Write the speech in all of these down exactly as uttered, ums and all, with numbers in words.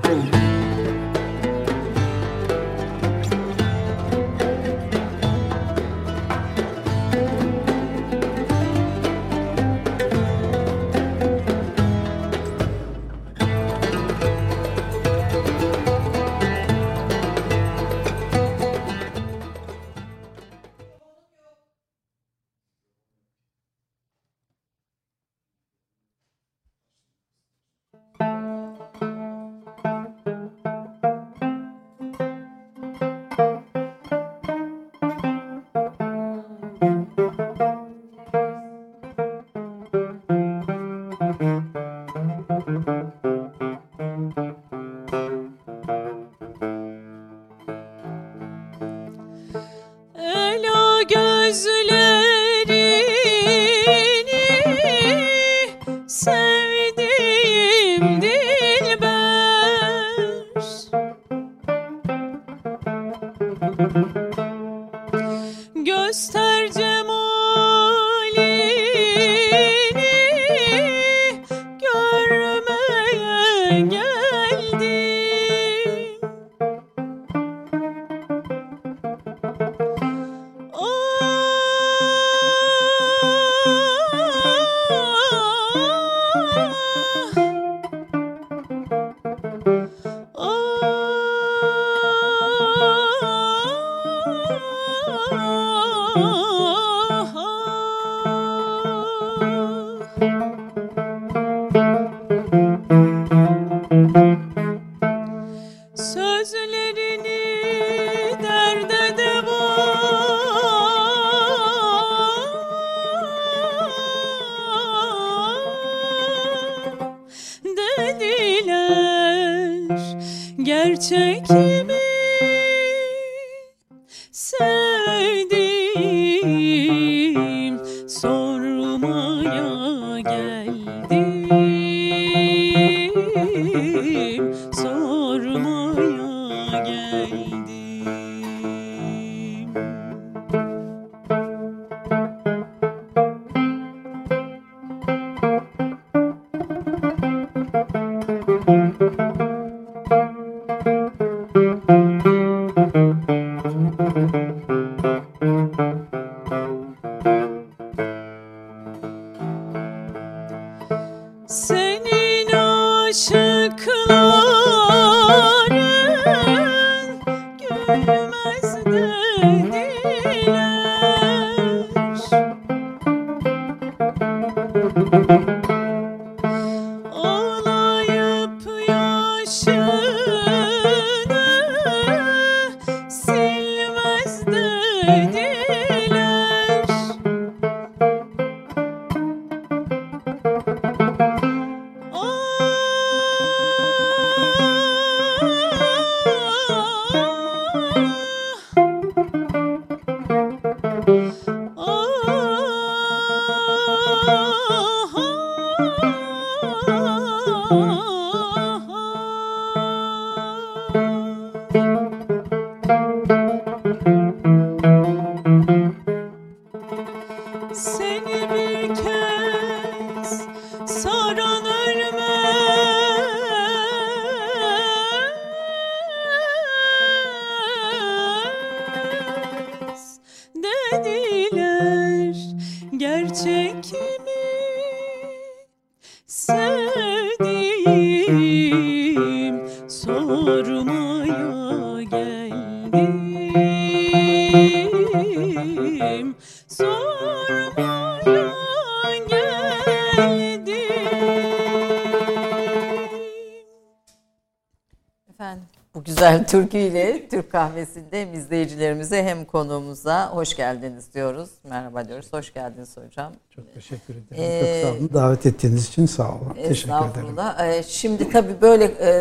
Türküyle Türk Kahvesi'nde hem izleyicilerimize hem konuğumuza hoş geldiniz diyoruz. Merhaba diyoruz. Hoş geldiniz hocam. Çok teşekkür ederim. Ee, Çok sağ olun. Davet ettiğiniz için sağ olun. Teşekkür ederim. Ee, şimdi tabii böyle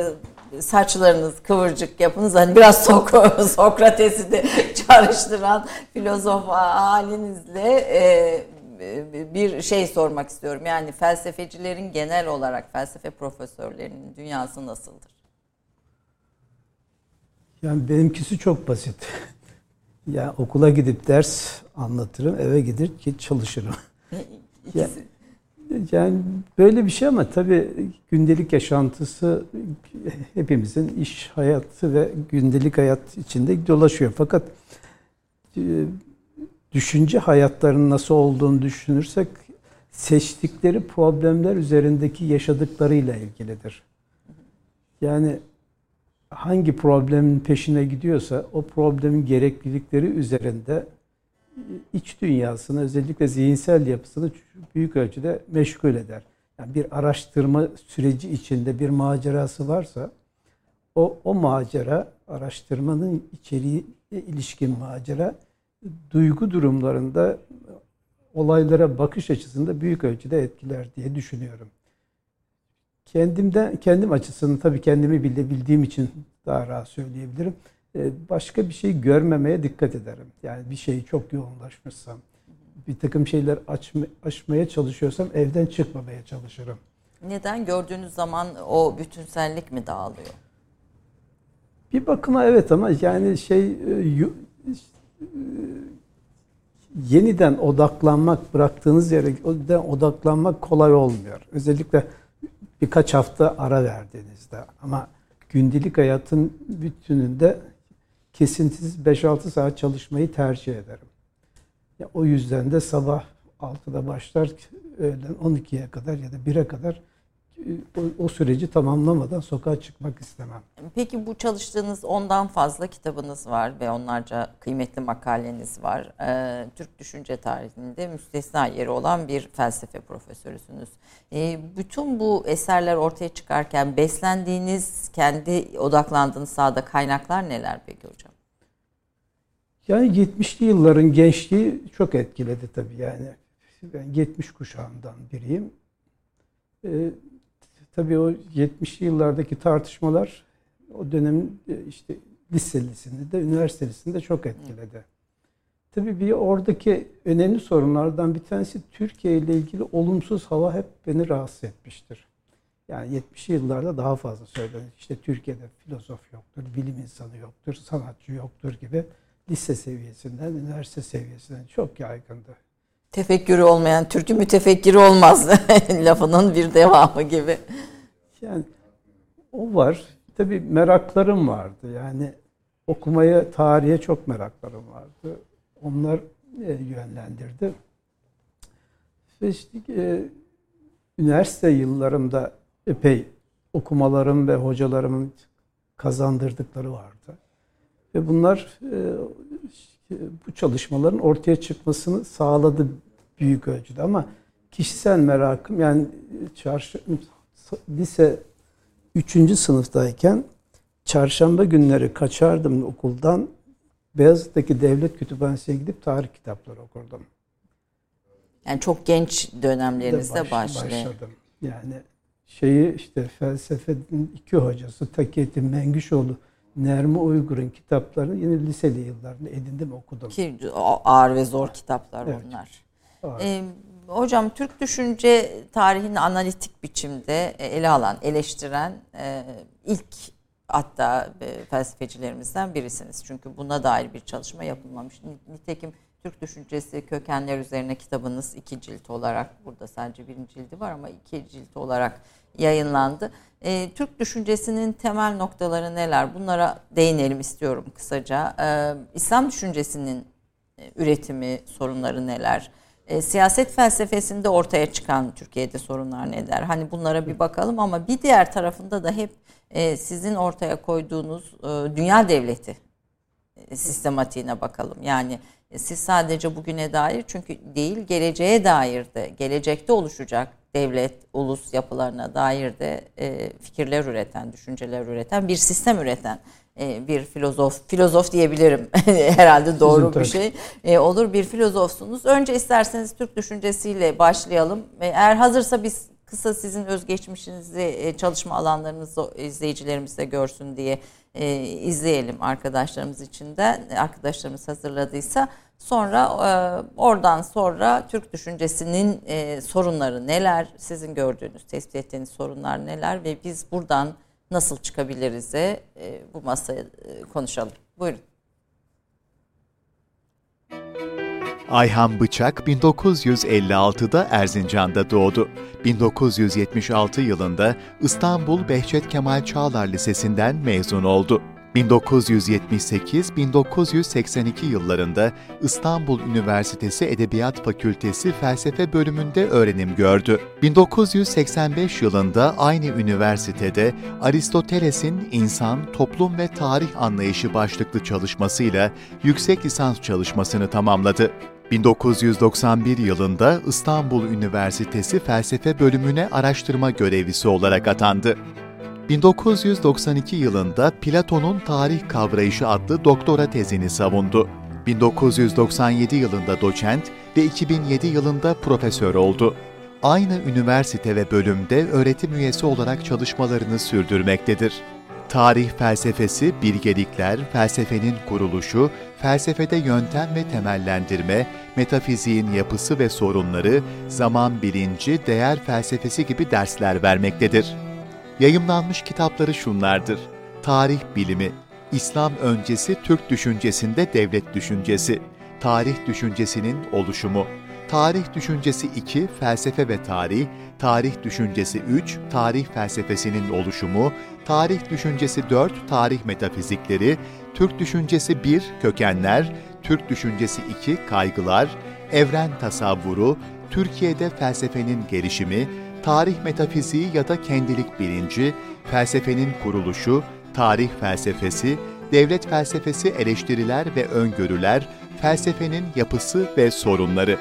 e, saçlarınız kıvırcık yapınız hani biraz Sok- Sokrates'i de çağrıştıran filozof halinizle e, bir şey sormak istiyorum. Yani felsefecilerin genel olarak felsefe profesörlerinin dünyası nasıldır? Yani benimkisi çok basit. Ya okula gidip ders anlatırım, eve gidip ki çalışırım. İkisi. Ya, Yani böyle bir şey ama tabii gündelik yaşantısı hepimizin iş hayatı ve gündelik hayat içinde dolaşıyor. Fakat düşünce hayatlarının nasıl olduğunu düşünürsek seçtikleri problemler üzerindeki yaşadıklarıyla ilgilidir. Yani hangi problemin peşine gidiyorsa o problemin gereklilikleri üzerinde iç dünyasını, özellikle zihinsel yapısını büyük ölçüde meşgul eder. Yani bir araştırma süreci içinde bir macerası varsa o o macera, araştırmanın içeriği ilişkin macera duygu durumlarında olaylara bakış açısında büyük ölçüde etkiler diye düşünüyorum. Kendimden, kendim açısından tabii kendimi bildiğim için daha rahat söyleyebilirim. Başka bir şey görmemeye dikkat ederim. Yani bir şey çok yoğunlaşmışsam, bir takım şeyler açma, aşmaya çalışıyorsam evden çıkmamaya çalışırım. Neden? Gördüğünüz zaman o bütünsellik mi dağılıyor? Bir bakıma evet ama yani şey yeniden odaklanmak, bıraktığınız yere odaklanmak kolay olmuyor. Özellikle birkaç hafta ara verdiğinizde ama gündelik hayatın bütününde kesintisiz beş altı saat çalışmayı tercih ederim. Ya o yüzden de sabah altıda başlar, öğlen on ikiye kadar ya da bire kadar o, o süreci tamamlamadan sokağa çıkmak istemem. Peki bu çalıştığınız ondan fazla kitabınız var ve onlarca kıymetli makaleniz var. Ee, Türk düşünce tarihinde müstesna yeri olan bir felsefe profesörüsünüz. Ee, bütün bu eserler ortaya çıkarken beslendiğiniz, kendi odaklandığınız sahada kaynaklar neler peki hocam? Yani yetmişli yılların gençliği çok etkiledi tabii yani. Ben yetmiş kuşağından biriyim. Ee, tabii o yetmişli yıllardaki tartışmalar o dönemin işte liselisinde de üniversitesinde çok etkiledi. Hı. Tabii bir oradaki önemli sorunlardan bir tanesi Türkiye ile ilgili olumsuz hava hep beni rahatsız etmiştir. Yani yetmişli yıllarda daha fazla söylenir. İşte Türkiye'de filozof yoktur, bilim insanı yoktur, sanatçı yoktur gibi lise seviyesinden, üniversite seviyesinden çok yaygındı. Tefekkürü olmayan Türk'ü mütefekkiri olmaz lafının bir devamı gibi. Yani o var. Tabii meraklarım vardı. Yani okumaya, tarihe çok meraklarım vardı. Onlar e, yönlendirdi. Ve işte, e, üniversite yıllarımda epey okumalarım ve hocalarımın kazandırdıkları vardı. Ve bunlar e, bu çalışmaların ortaya çıkmasını sağladı büyük ölçüde. Ama kişisel merakım, yani çarşı, lise üçüncü sınıftayken çarşamba günleri kaçardım okuldan. Beyazıt'taki devlet kütüphanesine gidip tarih kitapları okurdum. Yani çok genç dönemlerinizde baş, başladı. başladım. Yani şeyi işte felsefenin iki hocası Takiyettin Mengüşoğlu, Nermi Uygur'un kitaplarını yine liseli yıllarında edindim, okudum. Ki ağır ve zor kitaplar evet, onlar. Ee, hocam Türk düşünce tarihini analitik biçimde ele alan, eleştiren e, ilk hatta e, felsefecilerimizden birisiniz. Çünkü buna dair bir çalışma yapılmamış. Nitekim Türk düşüncesi kökenler üzerine kitabınız iki cilt olarak, burada sadece birinci cildi var ama iki cilt olarak yayınlandı. E, Türk düşüncesinin temel noktaları neler? Bunlara değinelim istiyorum kısaca. E, İslam düşüncesinin e, üretimi, sorunları neler? E, siyaset felsefesinde ortaya çıkan Türkiye'de sorunlar neler? Hani bunlara bir bakalım ama bir diğer tarafında da hep e, sizin ortaya koyduğunuz e, dünya devleti e, sistematiğine bakalım. Yani e, siz sadece bugüne dair çünkü değil, geleceğe dair de, gelecekte oluşacak devlet, ulus yapılarına dair de e, fikirler üreten, düşünceler üreten, bir sistem üreten e, bir filozof, filozof diyebilirim herhalde doğru Sizin bir şey e, olur, bir filozofsunuz. Önce isterseniz Türk düşüncesiyle başlayalım. E, eğer hazırsa biz kısa sizin özgeçmişinizi, e, çalışma alanlarınızı izleyicilerimiz de görsün diye e, izleyelim arkadaşlarımız için de, arkadaşlarımız hazırladıysa. Sonra e, oradan sonra Türk düşüncesinin e, sorunları neler, sizin gördüğünüz, tespit ettiğiniz sorunlar neler ve biz buradan nasıl çıkabiliriz'e e, bu masaya e, konuşalım. Buyurun. Ayhan Bıçak bin dokuz yüz elli altıda Erzincan'da doğdu. bin dokuz yüz yetmiş altı yılında İstanbul Behçet Kemal Çağlar Lisesi'nden mezun oldu. bin dokuz yüz yetmiş sekiz - bin dokuz yüz seksen iki yıllarında İstanbul Üniversitesi Edebiyat Fakültesi Felsefe bölümünde öğrenim gördü. bin dokuz yüz seksen beş yılında aynı üniversitede Aristoteles'in İnsan, Toplum ve Tarih Anlayışı başlıklı çalışmasıyla yüksek lisans çalışmasını tamamladı. bin dokuz yüz doksan bir yılında İstanbul Üniversitesi Felsefe bölümüne araştırma görevlisi olarak atandı. bin dokuz yüz doksan iki yılında Platon'un Tarih Kavrayışı adlı doktora tezini savundu. bin dokuz yüz doksan yedi yılında doçent ve iki bin yedi yılında profesör oldu. Aynı üniversite ve bölümde öğretim üyesi olarak çalışmalarını sürdürmektedir. Tarih felsefesi, bilgelikler, felsefenin kuruluşu, felsefede yöntem ve temellendirme, metafiziğin yapısı ve sorunları, zaman bilinci, değer felsefesi gibi dersler vermektedir. Yayımlanmış kitapları şunlardır: Tarih Bilimi, İslam öncesi Türk düşüncesinde devlet düşüncesi, Tarih düşüncesinin oluşumu, Tarih düşüncesi iki, Felsefe ve tarih, Tarih düşüncesi üç, Tarih felsefesinin oluşumu, Tarih düşüncesi dört, Tarih metafizikleri, Türk düşüncesi bir, Kökenler, Türk düşüncesi iki, Kaygılar, Evren tasavvuru, Türkiye'de felsefenin gelişimi, Tarih metafiziği ya da kendilik bilinci, felsefenin kuruluşu, tarih felsefesi, devlet felsefesi, eleştiriler ve öngörüler, felsefenin yapısı ve sorunları.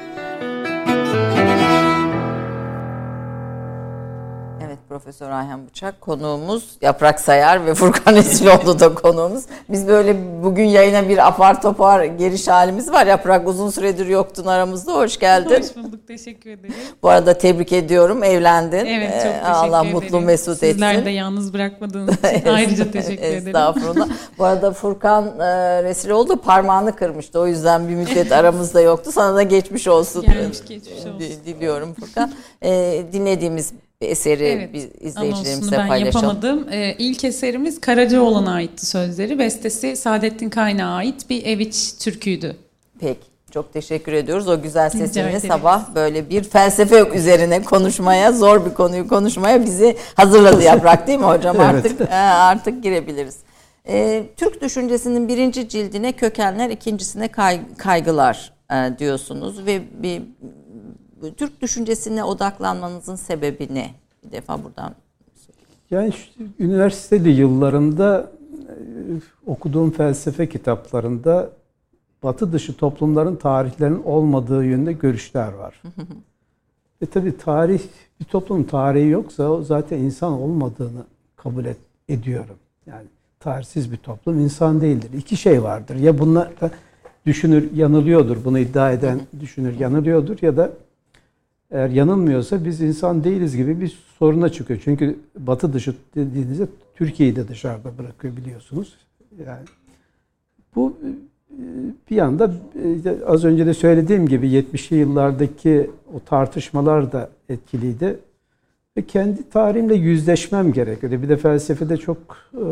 Evet, Profesör Ayhan Bıçak konuğumuz, Yaprak Sayar ve Furkan Esiloğlu da konuğumuz. Biz böyle bugün yayına bir apar topar geliş halimiz var. Yaprak, uzun süredir yoktun aramızda. Hoş geldin. Hoş bulduk. Teşekkür ederim. Bu arada tebrik ediyorum. Evlendin. Evet, çok teşekkür Allah ederim. mutlu mesut etsin. Sizler de yalnız bırakmadığınız için ayrıca teşekkür ederim. Estağfurullah. Bu arada Furkan e, Resiloğlu da parmağını kırmıştı. O yüzden bir müddet aramızda yoktu. Sana da geçmiş olsun. Gelmiş geçmiş olsun. Diliyorum Furkan. E, dinlediğimiz bir eseri evet, biz izleyicilerimize ben paylaşalım. yapamadım. Ee, ilk eserimiz Karacaoğlan'a aitti sözleri. Bestesi Saadettin Kaynağa ait bir ev iç türküydü. Peki. Çok teşekkür ediyoruz. O güzel sesini sabah böyle bir felsefe üzerine konuşmaya, zor bir konuyu konuşmaya bizi hazırladı Yaprak, değil mi hocam? Artık evet. artık girebiliriz. Ee, Türk düşüncesinin birinci cildine Kökenler, ikincisine kay, Kaygılar e, diyorsunuz ve bir Türk düşüncesine odaklanmanızın sebebi ne? Bir defa buradan söyleyeyim. Yani işte, üniversiteli yıllarımda e, okuduğum felsefe kitaplarında Batı dışı toplumların tarihlerinin olmadığı yönünde görüşler var. Ve tabii tarih, bir toplumun tarihi yoksa o zaten insan olmadığını kabul et, ediyorum. Yani tarihsiz bir toplum insan değildir. İki şey vardır. Ya bunlar düşünür yanılıyordur, bunu iddia eden düşünür yanılıyordur, ya da eğer yanılmıyorsa biz insan değiliz gibi bir soruna çıkıyor. Çünkü Batı dışı dediğinizde Türkiye'yi de dışarıda bırakıyor, biliyorsunuz. Yani bu bir yanda az önce de söylediğim gibi yetmişli yıllardaki o tartışmalar da etkiliydi. Ve kendi tarihimle yüzleşmem gerekiyordu. Bir de felsefede çok e,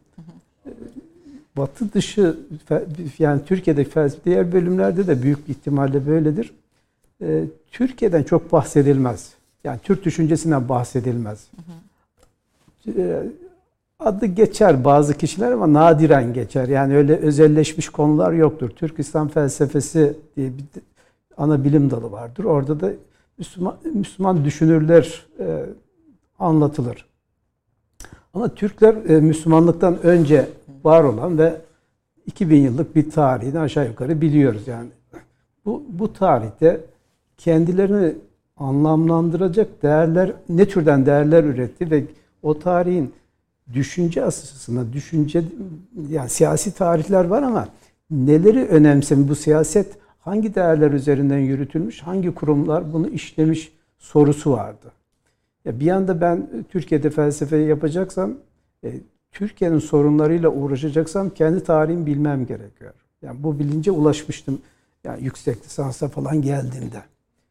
Batı dışı, yani Türkiye'deki felsefe, diğer bölümlerde de büyük ihtimalle böyledir. E, Türkiye'den çok bahsedilmez. Yani Türk düşüncesinden bahsedilmez. Hı hı. E, adı geçer bazı kişiler ama nadiren geçer. Yani öyle özelleşmiş konular yoktur. Türk İslam felsefesi diye bir ana bilim dalı vardır. Orada da Müslüman, Müslüman düşünürler e, anlatılır. Ama Türkler e, Müslümanlıktan önce var olan ve iki bin yıllık bir tarihini aşağı yukarı biliyoruz yani. Bu, bu tarihte kendilerini anlamlandıracak değerler, ne türden değerler üretti ve o tarihin düşünce asısına, düşünce, yani siyasi tarihler var ama neleri önemsemiş, bu siyaset hangi değerler üzerinden yürütülmüş, hangi kurumlar bunu işlemiş sorusu vardı. Ya bir yanda ben Türkiye'de felsefe yapacaksam, e, Türkiye'nin sorunlarıyla uğraşacaksam kendi tarihimi bilmem gerekiyor. Yani bu bilince ulaşmıştım. Yani yüksek lisansa falan geldiğimde.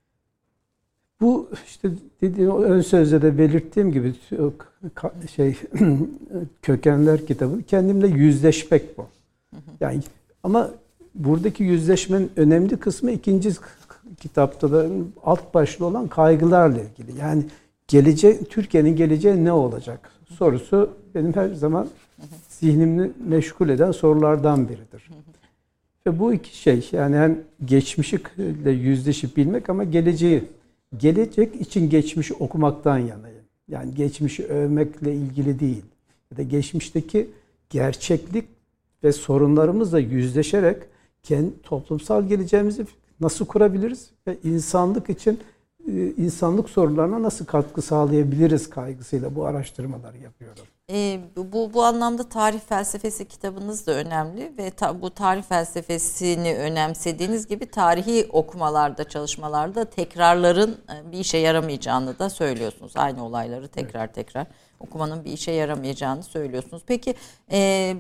Bu işte dediğim ön sözde de belirttiğim gibi şey Kökenler kitabı kendimle yüzleşmek bu. Yani ama buradaki yüzleşmenin önemli kısmı ikinci kitapta da alt başlı olan kaygılarla ilgili. Yani gelecek, Türkiye'nin geleceği ne olacak sorusu benim her zaman zihnimi meşgul eden sorulardan biridir. Ve bu iki şey, yani hem geçmişle yüzleşip bilmek ama geleceği, gelecek için geçmişi okumaktan yanayım. Yani geçmişi övmekle ilgili değil. Ya da geçmişteki gerçeklik ve sorunlarımızla yüzleşerek kendi toplumsal geleceğimizi nasıl kurabiliriz ve insanlık için insanlık sorularına nasıl katkı sağlayabiliriz kaygısıyla bu araştırmaları yapıyorum. E, bu bu anlamda tarih felsefesi kitabınız da önemli ve ta, bu tarih felsefesini önemsediğiniz gibi tarihi okumalarda, çalışmalarda tekrarların bir işe yaramayacağını da söylüyorsunuz. Aynı olayları tekrar evet. tekrar okumanın bir işe yaramayacağını söylüyorsunuz. Peki e,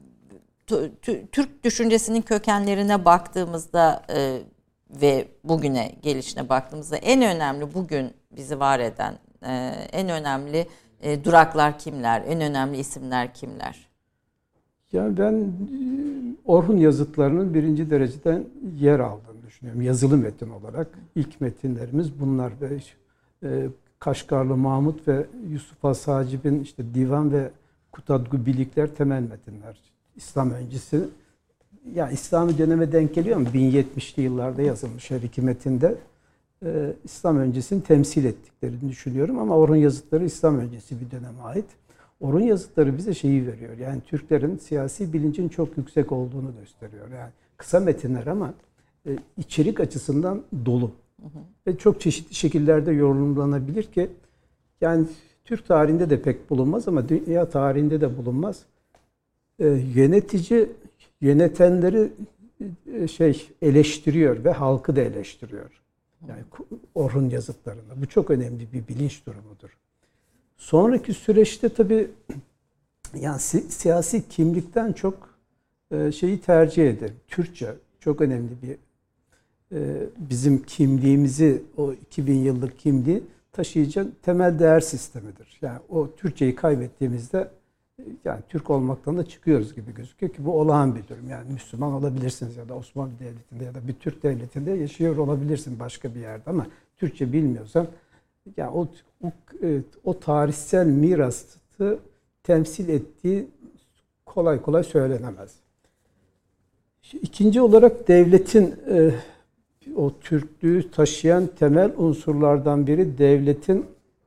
t- t- Türk düşüncesinin kökenlerine baktığımızda e, ve bugüne gelişine baktığımızda en önemli bugün bizi var eden e, en önemli E, duraklar kimler? En önemli isimler kimler? Yani ben Orhun yazıtlarının birinci dereceden yer aldığını düşünüyorum. Yazılı metin olarak. İlk metinlerimiz bunlar. Ve e, Kaşgarlı Mahmut ve Yusuf Has Hacib'in işte Divan ve Kutadgu Bilikler temel metinler. İslam öncesi. Yani İslami döneme denk geliyor ama bin yetmişli yıllarda yazılmış her iki metinde. Ee, İslam öncesini temsil ettiklerini düşünüyorum ama Orhun yazıtları İslam öncesi bir döneme ait. Orhun yazıtları bize şeyi veriyor. Yani Türklerin siyasi bilincin çok yüksek olduğunu gösteriyor. Yani kısa metinler ama e, içerik açısından dolu. Hı hı. Ve çok çeşitli şekillerde yorumlanabilir ki yani Türk tarihinde de pek bulunmaz ama dünya tarihinde de bulunmaz. E, yönetici yönetenleri e, şey eleştiriyor ve halkı da eleştiriyor. Yani Orhun yazıtlarında. Bu çok önemli bir bilinç durumudur. Sonraki süreçte tabii yani si- siyasi kimlikten çok e, şeyi tercih ederim. Türkçe çok önemli bir e, bizim kimliğimizi, o iki bin yıllık kimliği taşıyacak temel değer sistemidir. Yani o Türkçeyi kaybettiğimizde yani Türk olmaktan da çıkıyoruz gibi gözüküyor ki bu olağan bir durum. Yani Müslüman olabilirsiniz ya da Osmanlı Devleti'nde ya da bir Türk devletinde yaşıyor olabilirsin başka bir yerde ama Türkçe bilmiyorsan yani o o, o tarihsel mirası temsil ettiği kolay kolay söylenemez. İkinci olarak devletin o Türklüğü taşıyan temel unsurlardan biri devletin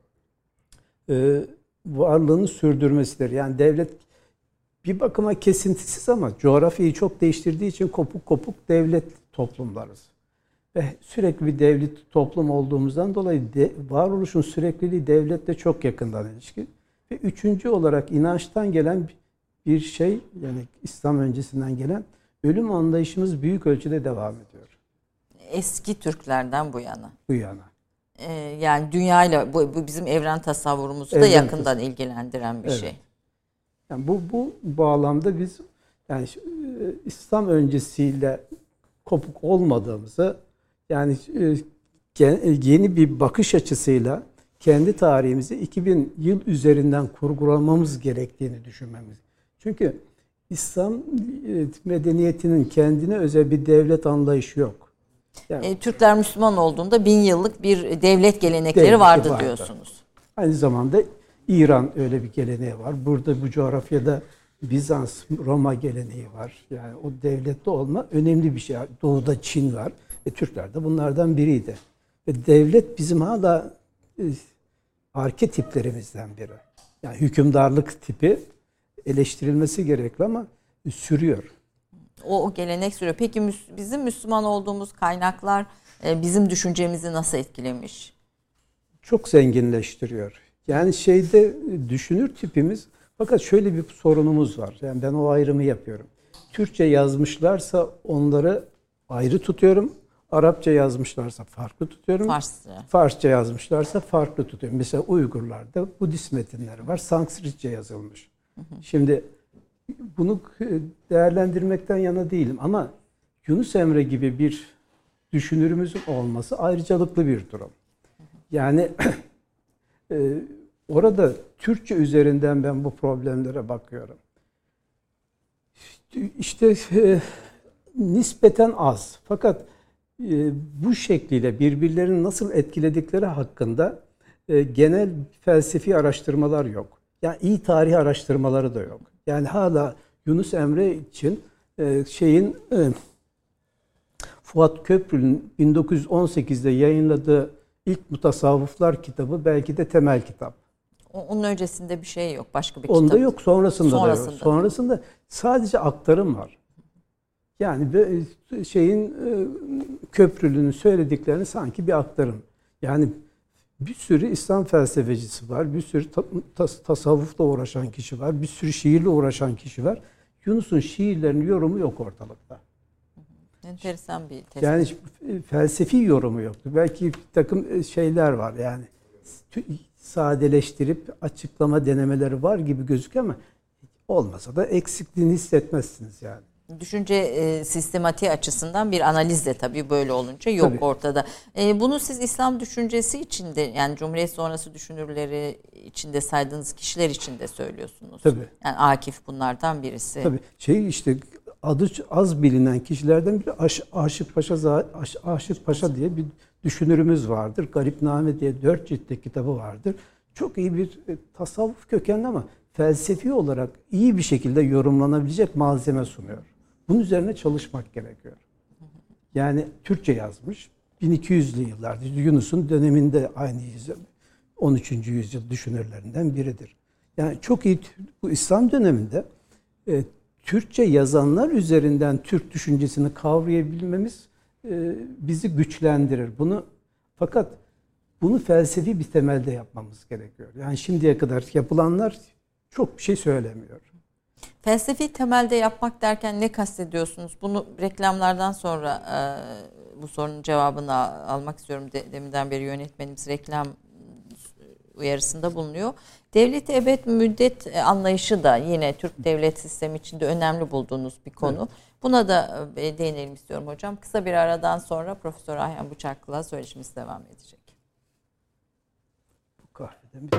varlığını sürdürmesidir. Yani devlet bir bakıma kesintisiz ama coğrafyayı çok değiştirdiği için kopuk kopuk devlet toplumlarız. Ve sürekli bir devlet toplum olduğumuzdan dolayı de, varoluşun sürekliliği devletle çok yakından ilişkin. Ve üçüncü olarak inançtan gelen bir şey, yani İslam öncesinden gelen ölüm anlayışımız büyük ölçüde devam ediyor. Eski Türklerden bu yana. Bu yana. Ee, yani dünyayla, bu, bu bizim evren tasavvurumuzu evren da yakından tas- ilgilendiren bir evet. şey. Yani bu bu bağlamda biz yani İslam öncesiyle kopuk olmadığımızı, yani yeni bir bakış açısıyla kendi tarihimizi iki bin yıl üzerinden kurgulamamız gerektiğini düşünmemiz. Çünkü İslam medeniyetinin kendine özel bir devlet anlayışı yok. Yani, e, Türkler Müslüman olduğunda bin yıllık bir devlet gelenekleri devlet vardı, vardı diyorsunuz. Aynı zamanda İran öyle bir geleneği var. Burada bu coğrafyada Bizans, Roma geleneği var. Yani o devletli olma önemli bir şey. Doğuda Çin var. E, Türkler de bunlardan biriydi. Ve devlet bizim hala e, arketiplerimizden biri. Yani hükümdarlık tipi eleştirilmesi gerekli ama e, sürüyor. O, o gelenek sürüyor. Peki bizim Müslüman olduğumuz kaynaklar e, bizim düşüncemizi nasıl etkilemiş? Çok zenginleştiriyor. Yani şeyde düşünür tipimiz, fakat şöyle bir sorunumuz var. Yani ben o ayrımı yapıyorum. Türkçe yazmışlarsa onları ayrı tutuyorum. Arapça yazmışlarsa farklı tutuyorum. Farsça. Farsça yazmışlarsa farklı tutuyorum. Mesela Uygurlarda Budist metinleri var. Sanskritçe yazılmış. Hı hı. Şimdi bunu değerlendirmekten yana değilim ama Yunus Emre gibi bir düşünürümüzün olması ayrıcalıklı bir durum. Yani e, orada Türkçe üzerinden ben bu problemlere bakıyorum. İşte e, nispeten az. Fakat e, bu şekliyle birbirlerini nasıl etkiledikleri hakkında e, genel felsefi araştırmalar yok. Yani iyi tarih araştırmaları da yok. Yani hala Yunus Emre için e, şeyin e, Fuat Köprülü'nün bin dokuz yüz on sekizde yayınladığı ilk Mutasavvıflar kitabı belki de temel kitap. Onun öncesinde bir şey yok. Başka bir Onda kitap. yok, sonrasında, sonrasında da yok. Sonrasında sadece aktarım var. Yani şeyin Köprülü'nün söylediklerini sanki bir aktarım. Yani bir sürü İslam felsefecisi var, bir sürü tas- tasavvufla uğraşan kişi var, bir sürü şiirle uğraşan kişi var. Yunus'un şiirlerinin yorumu yok ortalıkta. Enteresan bir tespit. Yani felsefi yorumu yoktu. Belki bir takım şeyler var yani sadeleştirip açıklama denemeleri var gibi gözüküyor ama olmasa da eksikliğini hissetmezsiniz yani. Düşünce e, sistematiği açısından bir analizle tabii böyle olunca yok tabii. Ortada. E, bunu siz İslam düşüncesi içinde yani Cumhuriyet sonrası düşünürleri içinde saydığınız kişiler içinde söylüyorsunuz. Tabii. Yani Akif bunlardan birisi. Tabii. Şey işte adı az bilinen kişilerden biri Aş, Aşık Paşa Aş, Aşık Paşa diye bir düşünürümüz vardır. Garipname diye dört ciltlik kitabı vardır. Çok iyi bir e, tasavvuf kökenli ama felsefi olarak iyi bir şekilde yorumlanabilecek malzeme sunuyor. Bunun üzerine çalışmak gerekiyor. Yani Türkçe yazmış. bin iki yüzlü yıllarda Yunus'un döneminde aynı yüzyıl, on üçüncü yüzyıl düşünürlerinden biridir. Yani çok iyi bu İslam döneminde e, Türkçe yazanlar üzerinden Türk düşüncesini kavrayabilmemiz e, bizi güçlendirir. Bunu fakat bunu felsefi bir temelde yapmamız gerekiyor. Yani şimdiye kadar yapılanlar çok bir şey söylemiyor. Felsefi temelde yapmak derken ne kastediyorsunuz? Bunu reklamlardan sonra e, bu sorunun cevabını almak istiyorum. De, deminden beri yönetmenimiz reklam uyarısında bulunuyor. Devlet-i ebed müddet anlayışı da yine Türk devlet sistemi içinde önemli bulduğunuz bir konu. Evet. Buna da e, değinelim istiyorum hocam. Kısa bir aradan sonra Profesör Ayhan Bıçaklı'la söyleşimiz devam edecek. Bu kahvede mi?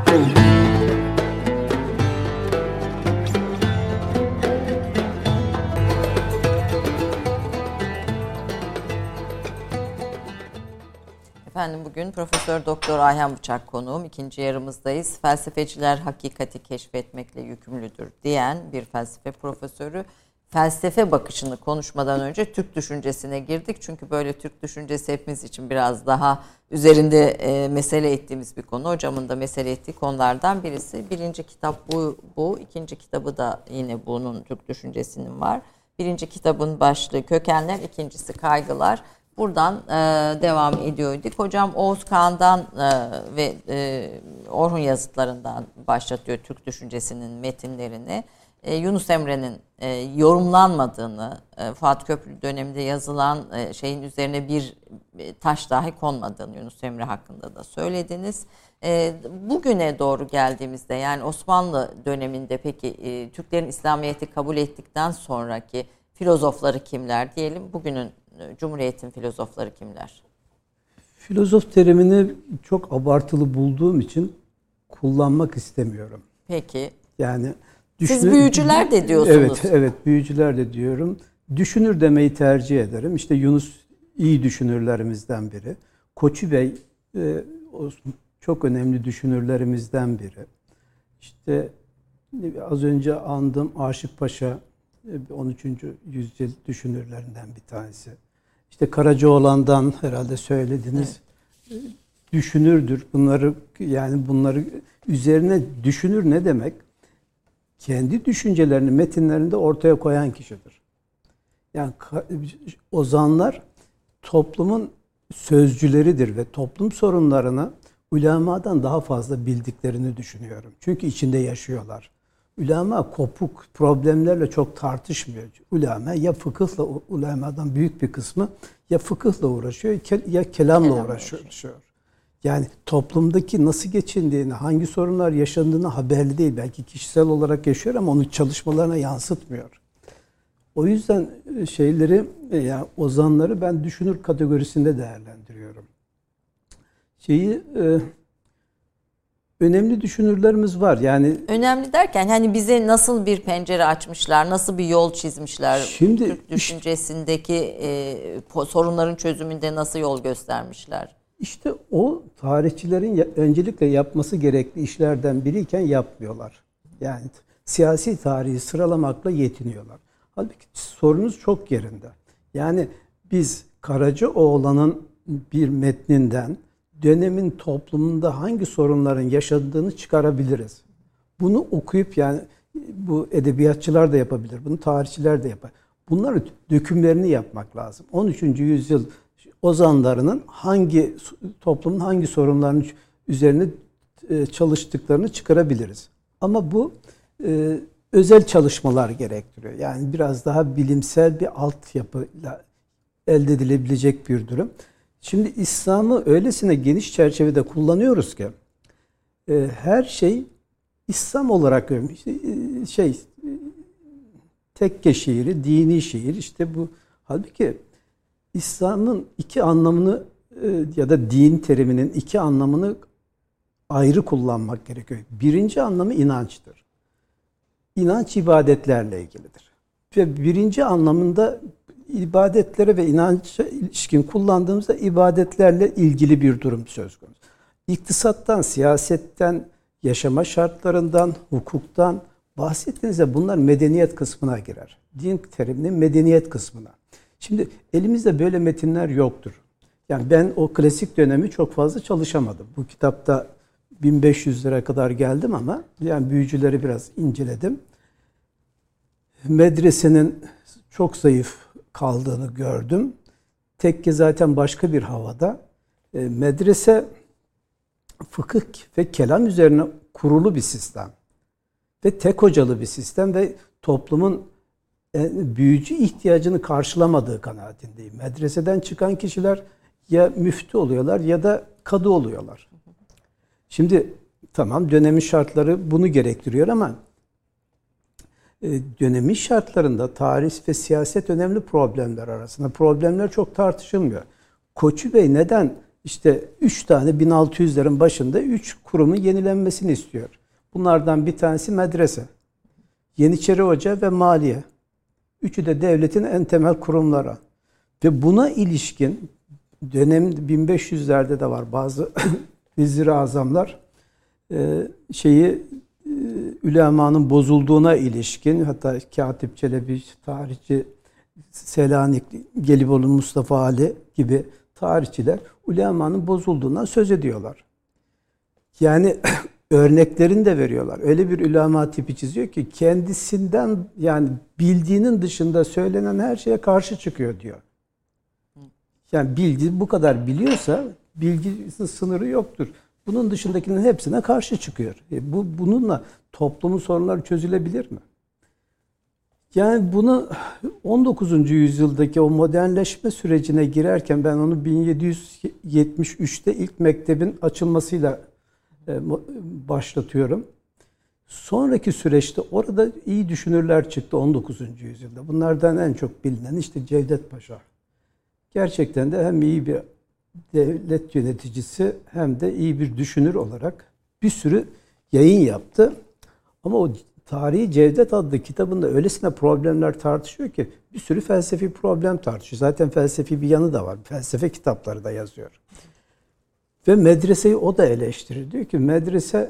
Efendim bugün Profesör Doktor Ayhan Bıçak konuğum. İkinci yarımızdayız. Felsefeciler hakikati keşfetmekle yükümlüdür diyen bir felsefe profesörü. Felsefe bakışını konuşmadan önce Türk düşüncesine girdik. Çünkü böyle Türk düşüncesi hepimiz için biraz daha üzerinde e, mesele ettiğimiz bir konu. Hocamın da mesele ettiği konulardan birisi. Birinci kitap bu, bu. İkinci kitabı da yine bunun Türk düşüncesinin var. Birinci kitabın başlığı Kökenler, ikincisi Kaygılar. Buradan e, devam ediyorduk. Hocam Oğuz Kağan'dan e, ve e, Orhun yazıtlarından başlatıyor Türk düşüncesinin metinlerini. E, Yunus Emre'nin e, yorumlanmadığını, e, Fuat Köprülü döneminde yazılan e, şeyin üzerine bir e, taş dahi konmadığını Yunus Emre hakkında da söylediniz. E, bugüne doğru geldiğimizde yani Osmanlı döneminde peki e, Türklerin İslamiyet'i kabul ettikten sonraki filozofları kimler diyelim? Bugünün Cumhuriyet'in filozofları kimler? Filozof terimini çok abartılı bulduğum için kullanmak istemiyorum. Peki. Yani düşünür, siz büyücüler de diyorsunuz. Evet, evet büyücüler de diyorum. Düşünür demeyi tercih ederim. İşte Yunus iyi düşünürlerimizden biri. Koçu Bey e, çok önemli düşünürlerimizden biri. İşte az önce andığım Aşık Paşa on üçüncü yüzyıl düşünürlerinden bir tanesi. İşte Karacaoğlan'dan herhalde söylediniz. Evet. Düşünürdür. Bunları yani bunları üzerine düşünür ne demek? Kendi düşüncelerini metinlerinde ortaya koyan kişidir. Yani ozanlar toplumun sözcüleridir ve toplum sorunlarını ulemadan daha fazla bildiklerini düşünüyorum. Çünkü içinde yaşıyorlar. Ulema kopuk problemlerle çok tartışmıyor. Ulema ya fıkıhla, ulemadan büyük bir kısmı ya fıkıhla uğraşıyor ya kelamla Kelam uğraşıyor. Yani toplumdaki nasıl geçindiğini, hangi sorunlar yaşandığını haberli değil. Belki kişisel olarak yaşıyor ama onu çalışmalarına yansıtmıyor. O yüzden şeyleri, yani ozanları ben düşünür kategorisinde değerlendiriyorum. Şeyi önemli düşünürlerimiz var. Yani önemli derken hani bize nasıl bir pencere açmışlar, nasıl bir yol çizmişler, Şimdi Türk düşüncesindeki e, sorunların çözümünde nasıl yol göstermişler? İşte o tarihçilerin öncelikle yapması gerekli işlerden biriyken yapmıyorlar. Yani siyasi tarihi sıralamakla yetiniyorlar. Halbuki sorunuz çok yerinde. Yani biz Karacaoğlan'ın bir metninden dönemin toplumunda hangi sorunların yaşadığını çıkarabiliriz. Bunu okuyup, yani bu edebiyatçılar da yapabilir, bunu tarihçiler de yapar. Bunların dökümlerini yapmak lazım. on üçüncü yüzyıl ozanlarının hangi toplumun hangi sorunlarının üzerine çalıştıklarını çıkarabiliriz. Ama bu e, özel çalışmalar gerektiriyor. Yani biraz daha bilimsel bir altyapıyla elde edilebilecek bir durum. Şimdi İslam'ı öylesine geniş çerçevede kullanıyoruz ki e, her şey İslam olarak görmüş. İşte, e, şey tekke şiiri, dini şiir, işte bu. Halbuki İslam'ın iki anlamını e, ya da din teriminin iki anlamını ayrı kullanmak gerekiyor. Birinci anlamı inançtır. İnanç ibadetlerle ilgilidir. Ve birinci anlamında ibadetlere ve inança ilişkin kullandığımızda ibadetlerle ilgili bir durum söz konusu. İktisattan, siyasetten, yaşama şartlarından, hukuktan bahsettiğinizde bunlar medeniyet kısmına girer. Din teriminin medeniyet kısmına. Şimdi elimizde böyle metinler yoktur. Yani ben o klasik dönemi çok fazla çalışamadım. Bu kitapta bin beş yüz lira kadar geldim ama yani büyücüleri biraz inceledim. Medresenin çok zayıf kaldığını gördüm. Tekke zaten başka bir havada. E, medrese fıkıh ve kelam üzerine kurulu bir sistem. Ve tek hocalı bir sistem ve toplumun e, büyücü ihtiyacını karşılamadığı kanaatindeyim. Medreseden çıkan kişiler ya müftü oluyorlar ya da kadı oluyorlar. Şimdi tamam, dönemin şartları bunu gerektiriyor ama e, dönemin şartlarında tarih ve siyaset önemli problemler arasında. Problemler çok tartışılmıyor. Koçu Bey neden işte üç tane bin altı yüzlerin başında üç kurumun yenilenmesini istiyor? Bunlardan bir tanesi medrese, Yeniçeri Hoca ve Maliye. Üçü de devletin en temel kurumları. Ve buna ilişkin dönem bin beş yüzlerde de var bazı vezir-i azamlar e, şeyi e, ülemanın bozulduğuna ilişkin, hatta Katip Çelebi, tarihçi Selanik, Gelibolu Mustafa Ali gibi tarihçiler ulemanın bozulduğundan söz ediyorlar. Yani örneklerini de veriyorlar. Öyle bir ulema tipi çiziyor ki kendisinden, yani bildiğinin dışında söylenen her şeye karşı çıkıyor diyor. Yani bilgi bu kadar biliyorsa bilgisinin sınırı yoktur. Bunun dışındakinin hepsine karşı çıkıyor. E bu bununla toplumun sorunları çözülebilir mi? Yani bunu on dokuzuncu yüzyıldaki o modernleşme sürecine girerken ben onu bin yedi yüz yetmiş üçte ilk mektebin açılmasıyla başlatıyorum. Sonraki süreçte orada iyi düşünürler çıktı on dokuzuncu yüzyılda. Bunlardan en çok bilinen işte Cevdet Paşa. Gerçekten de hem iyi bir devlet yöneticisi hem de iyi bir düşünür olarak bir sürü yayın yaptı. Ama o Tarihi Cevdet adlı kitabında öylesine problemler tartışıyor ki bir sürü felsefi problem tartışıyor. Zaten felsefi bir yanı da var. Felsefe kitapları da yazıyor. Ve medreseyi o da eleştirir. Diyor ki medrese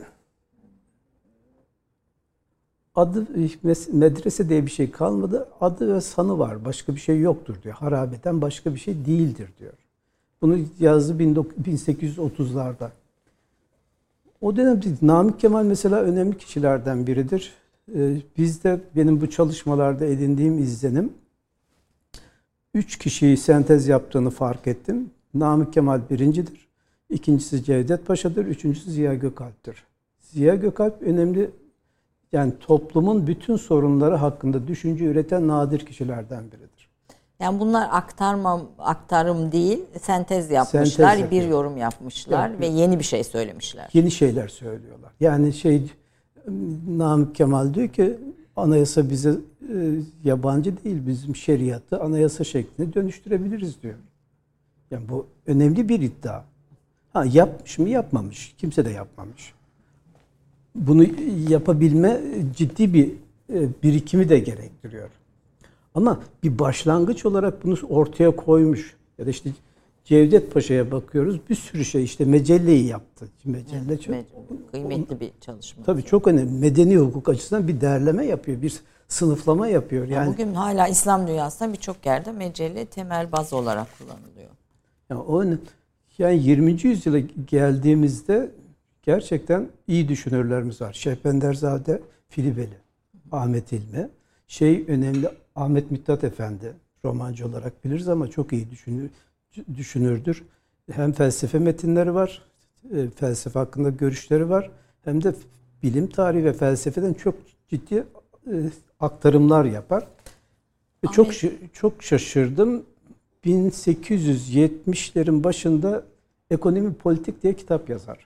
adı, medrese diye bir şey kalmadı. Adı ve sanı var. Başka bir şey yoktur diyor. Harabeden başka bir şey değildir diyor. Bunu yazdı bin sekiz yüz otuzlarda. O dönemde Namık Kemal mesela önemli kişilerden biridir. Ee, bizde benim bu çalışmalarda edindiğim izlenim, üç kişiyi sentez yaptığını fark ettim. Namık Kemal birincidir. İkincisi Cevdet Paşa'dır. Üçüncüsü Ziya Gökalp'tir. Ziya Gökalp önemli, yani toplumun bütün sorunları hakkında düşünce üreten nadir kişilerden biridir. Yani bunlar aktarma, aktarım değil, sentez yapmışlar, sentez bir yorum yapmışlar yani, ve yeni bir şey söylemişler. Yeni şeyler söylüyorlar. Yani şey, Namık Kemal diyor ki anayasa bize e, yabancı değil, bizim şeriatı anayasa şekline dönüştürebiliriz diyor. Yani bu önemli bir iddia. Ha, yapmış mı? Yapmamış. Kimse de yapmamış. bunu yapabilme ciddi bir birikimi de gerektiriyor. Ama bir başlangıç olarak bunu ortaya koymuş. Ya da işte Cevdet Paşa'ya bakıyoruz. Bir sürü şey işte Mecelle'yi yaptı. Mecelle evet, çok kıymetli bir çalışma. Tabii çok önemli. Medeni hukuk açısından bir derleme yapıyor. Bir sınıflama yapıyor. Yani bugün hala İslam dünyasında birçok yerde mecelle temel baz olarak kullanılıyor. Yani o yani yirminci yüzyıla geldiğimizde gerçekten iyi düşünürlerimiz var. Şehbenderzade, Filibeli, Ahmet İlmi. Şey önemli, Ahmet Mithat Efendi, romancı olarak biliriz ama çok iyi düşünür, düşünürdür. Hem felsefe metinleri var, felsefe hakkında görüşleri var. Hem de bilim tarihi ve felsefeden çok ciddi aktarımlar yapar. Ve çok çok şaşırdım. bin sekiz yüz yetmişlerin başında Ekonomi Politik diye kitap yazar.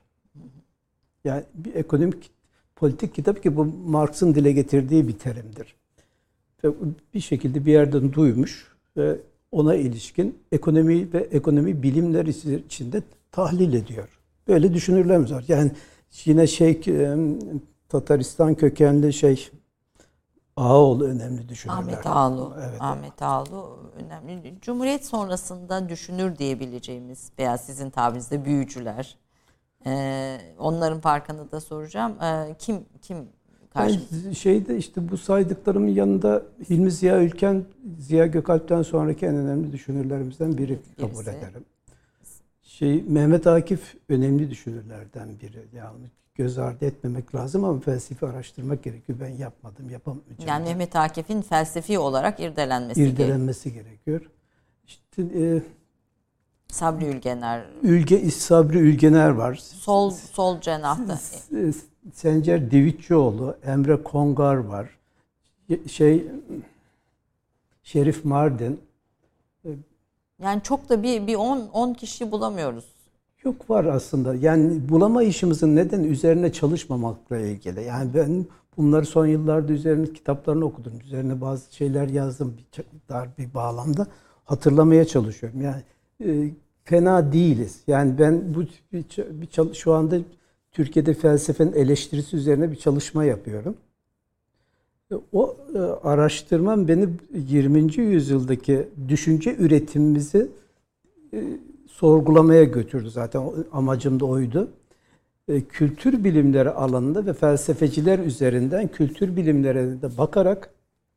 Yani bir ekonomik politik kitap ki bu Marx'ın dile getirdiği bir terimdir. Ve bir şekilde bir yerden duymuş ve ona ilişkin ekonomi ve ekonomi bilimleri içinde tahlil ediyor. Böyle düşünürlerimiz var. Yani yine şey Tataristan kökenli şey Ağaoğlu önemli düşünürler. Ahmet Ağaoğlu. Evet. Ahmet Ağaoğlu önemli. Cumhuriyet sonrasında düşünür diyebileceğimiz veya sizin tabirinizde büyücüler. Ee, onların farkını da soracağım. Ee, kim kim karşımızda? Şeyde işte bu saydıklarımın yanında Hilmi Ziya Ülken, Ziya Gökalp'ten sonraki en önemli düşünürlerimizden biri kabul Birisi. ederim. Şey Mehmet Akif önemli düşünürlerden biri. Yani göz ardı etmemek lazım ama felsefi araştırmak gerekiyor. Ben yapmadım, yapamayacağım. Yani Mehmet Akif'in felsefi olarak irdelenmesi, irdelenmesi gerekiyor. İşte e, Sabri Ülgener. Ülge Sabri Ülgener var. Sol sol cenahta. Sencer Divitçioğlu, Emre Kongar var. Şey Şerif Mardin. Yani çok da bir bir on on kişi bulamıyoruz. Yok var aslında. Yani bulamayışımızın neden üzerine çalışmamakla ilgili. Yani ben bunları son yıllarda üzerine kitaplarını okudum. Üzerine bazı şeyler yazdım bir dar bir bağlamda. Hatırlamaya çalışıyorum. Yani e, fena değiliz. Yani ben bu bir, bir şu anda Türkiye'de felsefenin eleştirisi üzerine bir çalışma yapıyorum. O e, araştırmam beni yirminci yüzyıldaki düşünce üretimimizi e, sorgulamaya götürdü. Zaten amacım da oydu. E, kültür bilimleri alanında ve felsefeciler üzerinden kültür bilimlerine de bakarak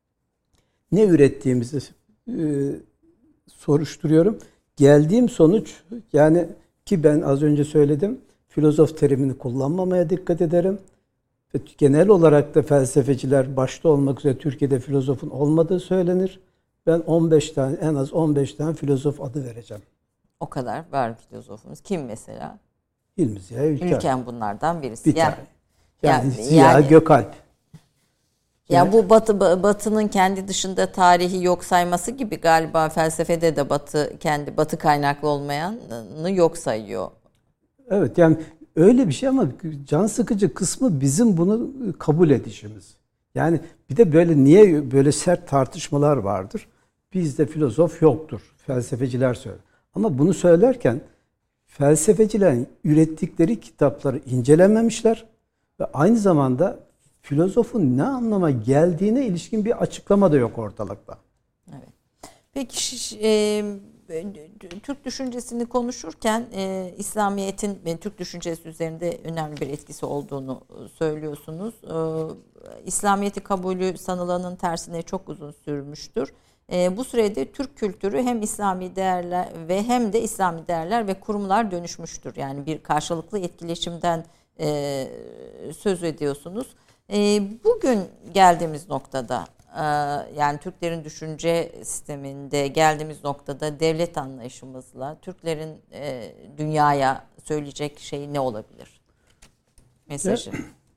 ne ürettiğimizi e, soruşturuyorum. Geldiğim sonuç yani ki ben az önce söyledim filozof terimini kullanmamaya dikkat ederim. Ve genel olarak da felsefeciler başta olmak üzere Türkiye'de filozofun olmadığı söylenir. Ben on beş tane en az on beş tane filozof adı vereceğim. O kadar var filozofumuz. Kim mesela? Hilmi Ziya Ülken. Ülken bunlardan birisi. Bir yani, tane. Yani, yani Ziya yani, Gökalp. Ya yani, bu Batı Batı'nın kendi dışında tarihi yok sayması gibi galiba felsefede de Batı kendi Batı kaynaklı olmayanı yok sayıyor. Evet yani öyle bir şey ama can sıkıcı kısmı bizim bunu kabul edişimiz. Yani bir de böyle niye böyle sert tartışmalar vardır? Bizde filozof yoktur. Felsefeciler söyler. Ama bunu söylerken felsefecilerin ürettikleri kitapları incelememişler ve aynı zamanda filozofun ne anlama geldiğine ilişkin bir açıklama da yok ortalıkta. Evet. Peki e, Türk düşüncesini konuşurken e, İslamiyet'in e, Türk düşüncesi üzerinde önemli bir etkisi olduğunu söylüyorsunuz. E, İslamiyet'i kabulü sanılanın tersine çok uzun sürmüştür. E, bu sürede Türk kültürü hem İslami değerler ve hem de İslami değerler ve kurumlar dönüşmüştür. Yani bir karşılıklı etkileşimden e, söz ediyorsunuz. E, bugün geldiğimiz noktada e, yani Türklerin düşünce sisteminde geldiğimiz noktada devlet anlayışımızla Türklerin e, dünyaya söyleyecek şey ne olabilir? Mesajı.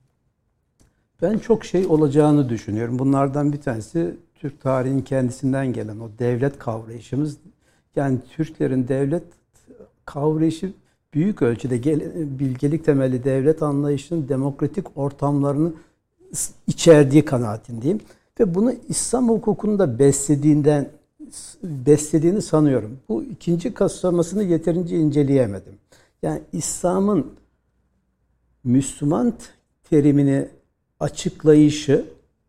Ben çok şey olacağını düşünüyorum. Bunlardan bir tanesi Türk tarihinin kendisinden gelen o devlet kavrayışımız. Yani Türklerin devlet kavrayışı büyük ölçüde bilgelik temelli devlet anlayışının demokratik ortamlarını içerdiği kanaatindeyim. Ve bunu İslam hukukunda beslediğinden beslediğini sanıyorum. Bu ikinci kapsamasını yeterince inceleyemedim. Yani İslam'ın Müslüman terimini açıklayışı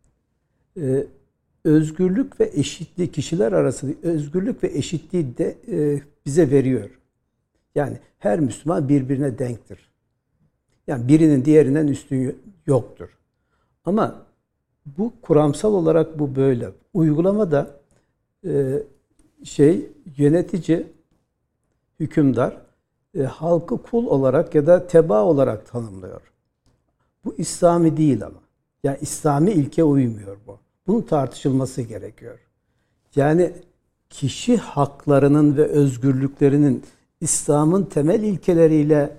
e, özgürlük ve eşitliği, kişiler arasında özgürlük ve eşitliği de e, bize veriyor. Yani her Müslüman birbirine denktir. Yani birinin diğerinden üstün yoktur. Ama bu kuramsal olarak bu böyle. Uygulamada e, şey yönetici, hükümdar e, halkı kul olarak ya da tebaa olarak tanımlıyor. Bu İslami değil ama. Yani İslami ilke uymuyor bu. Bunun tartışılması gerekiyor. Yani kişi haklarının ve özgürlüklerinin İslam'ın temel ilkeleriyle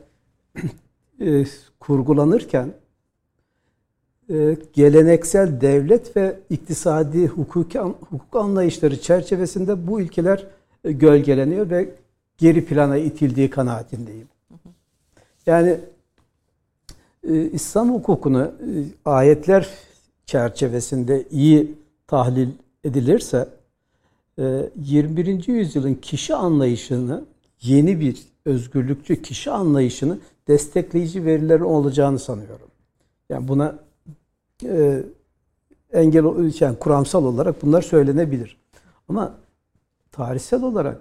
e, kurgulanırken e, geleneksel devlet ve iktisadi hukuki hukuk anlayışları çerçevesinde bu ilkeler e, gölgeleniyor ve geri plana itildiği kanaatindeyim. Yani e, İslam hukukunu e, ayetler çerçevesinde iyi tahlil edilirse e, yirmi birinci yüzyılın kişi anlayışını, yeni bir özgürlükçü kişi anlayışını destekleyici verilerin olacağını sanıyorum. Yani buna e, engel, yani kuramsal olarak bunlar söylenebilir. Ama tarihsel olarak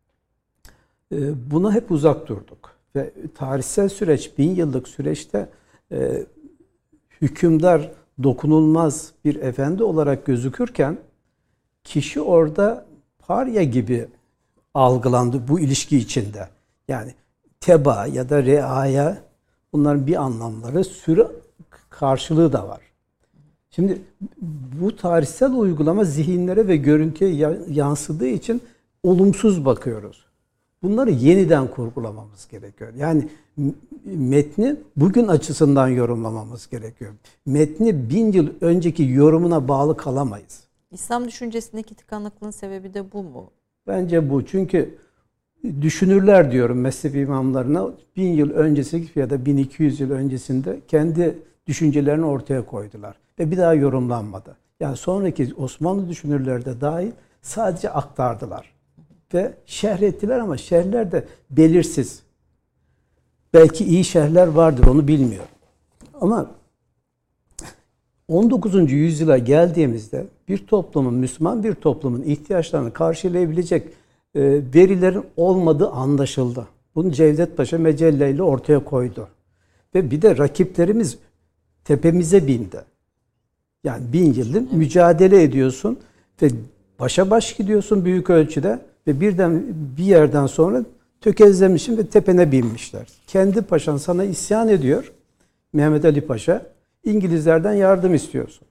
e, buna hep uzak durduk. Ve tarihsel süreç, bin yıllık süreçte e, hükümdar dokunulmaz bir efendi olarak gözükürken kişi orada parya gibi algılandı bu ilişki içinde. Yani teba ya da reaya, bunların bir anlamları, sürü karşılığı da var. Şimdi bu tarihsel uygulama zihinlere ve görüntüye yansıdığı için olumsuz bakıyoruz. Bunları yeniden kurgulamamız gerekiyor. Yani metni bugün açısından yorumlamamız gerekiyor. Metni bin yıl önceki yorumuna bağlı kalamayız. İslam düşüncesindeki tıkanıklığın sebebi de bu mu? Bence bu. Çünkü düşünürler diyorum mezhep imamlarına, bin yıl öncesi ya da bin iki yüz yıl öncesinde kendi düşüncelerini ortaya koydular. Ve bir daha yorumlanmadı. Yani sonraki Osmanlı düşünürleri de dahil sadece aktardılar. Ve şerh ettiler ama şerhler de belirsiz. Belki iyi şerhler vardır, onu bilmiyorum. Ama on dokuzuncu yüzyıla geldiğimizde bir toplumun, Müslüman bir toplumun ihtiyaçlarını karşılayabilecek e, verilerin olmadığı anlaşıldı. Bunu Cevdet Paşa Mecelle ile ortaya koydu. Ve bir de rakiplerimiz tepemize bindi. Yani bin yıldır mücadele ediyorsun ve başa baş gidiyorsun büyük ölçüde ve birden bir yerden sonra tökezlemişsin ve tepene binmişler. Kendi paşan sana isyan ediyor. Mehmet Ali Paşa, İngilizlerden yardım istiyorsun.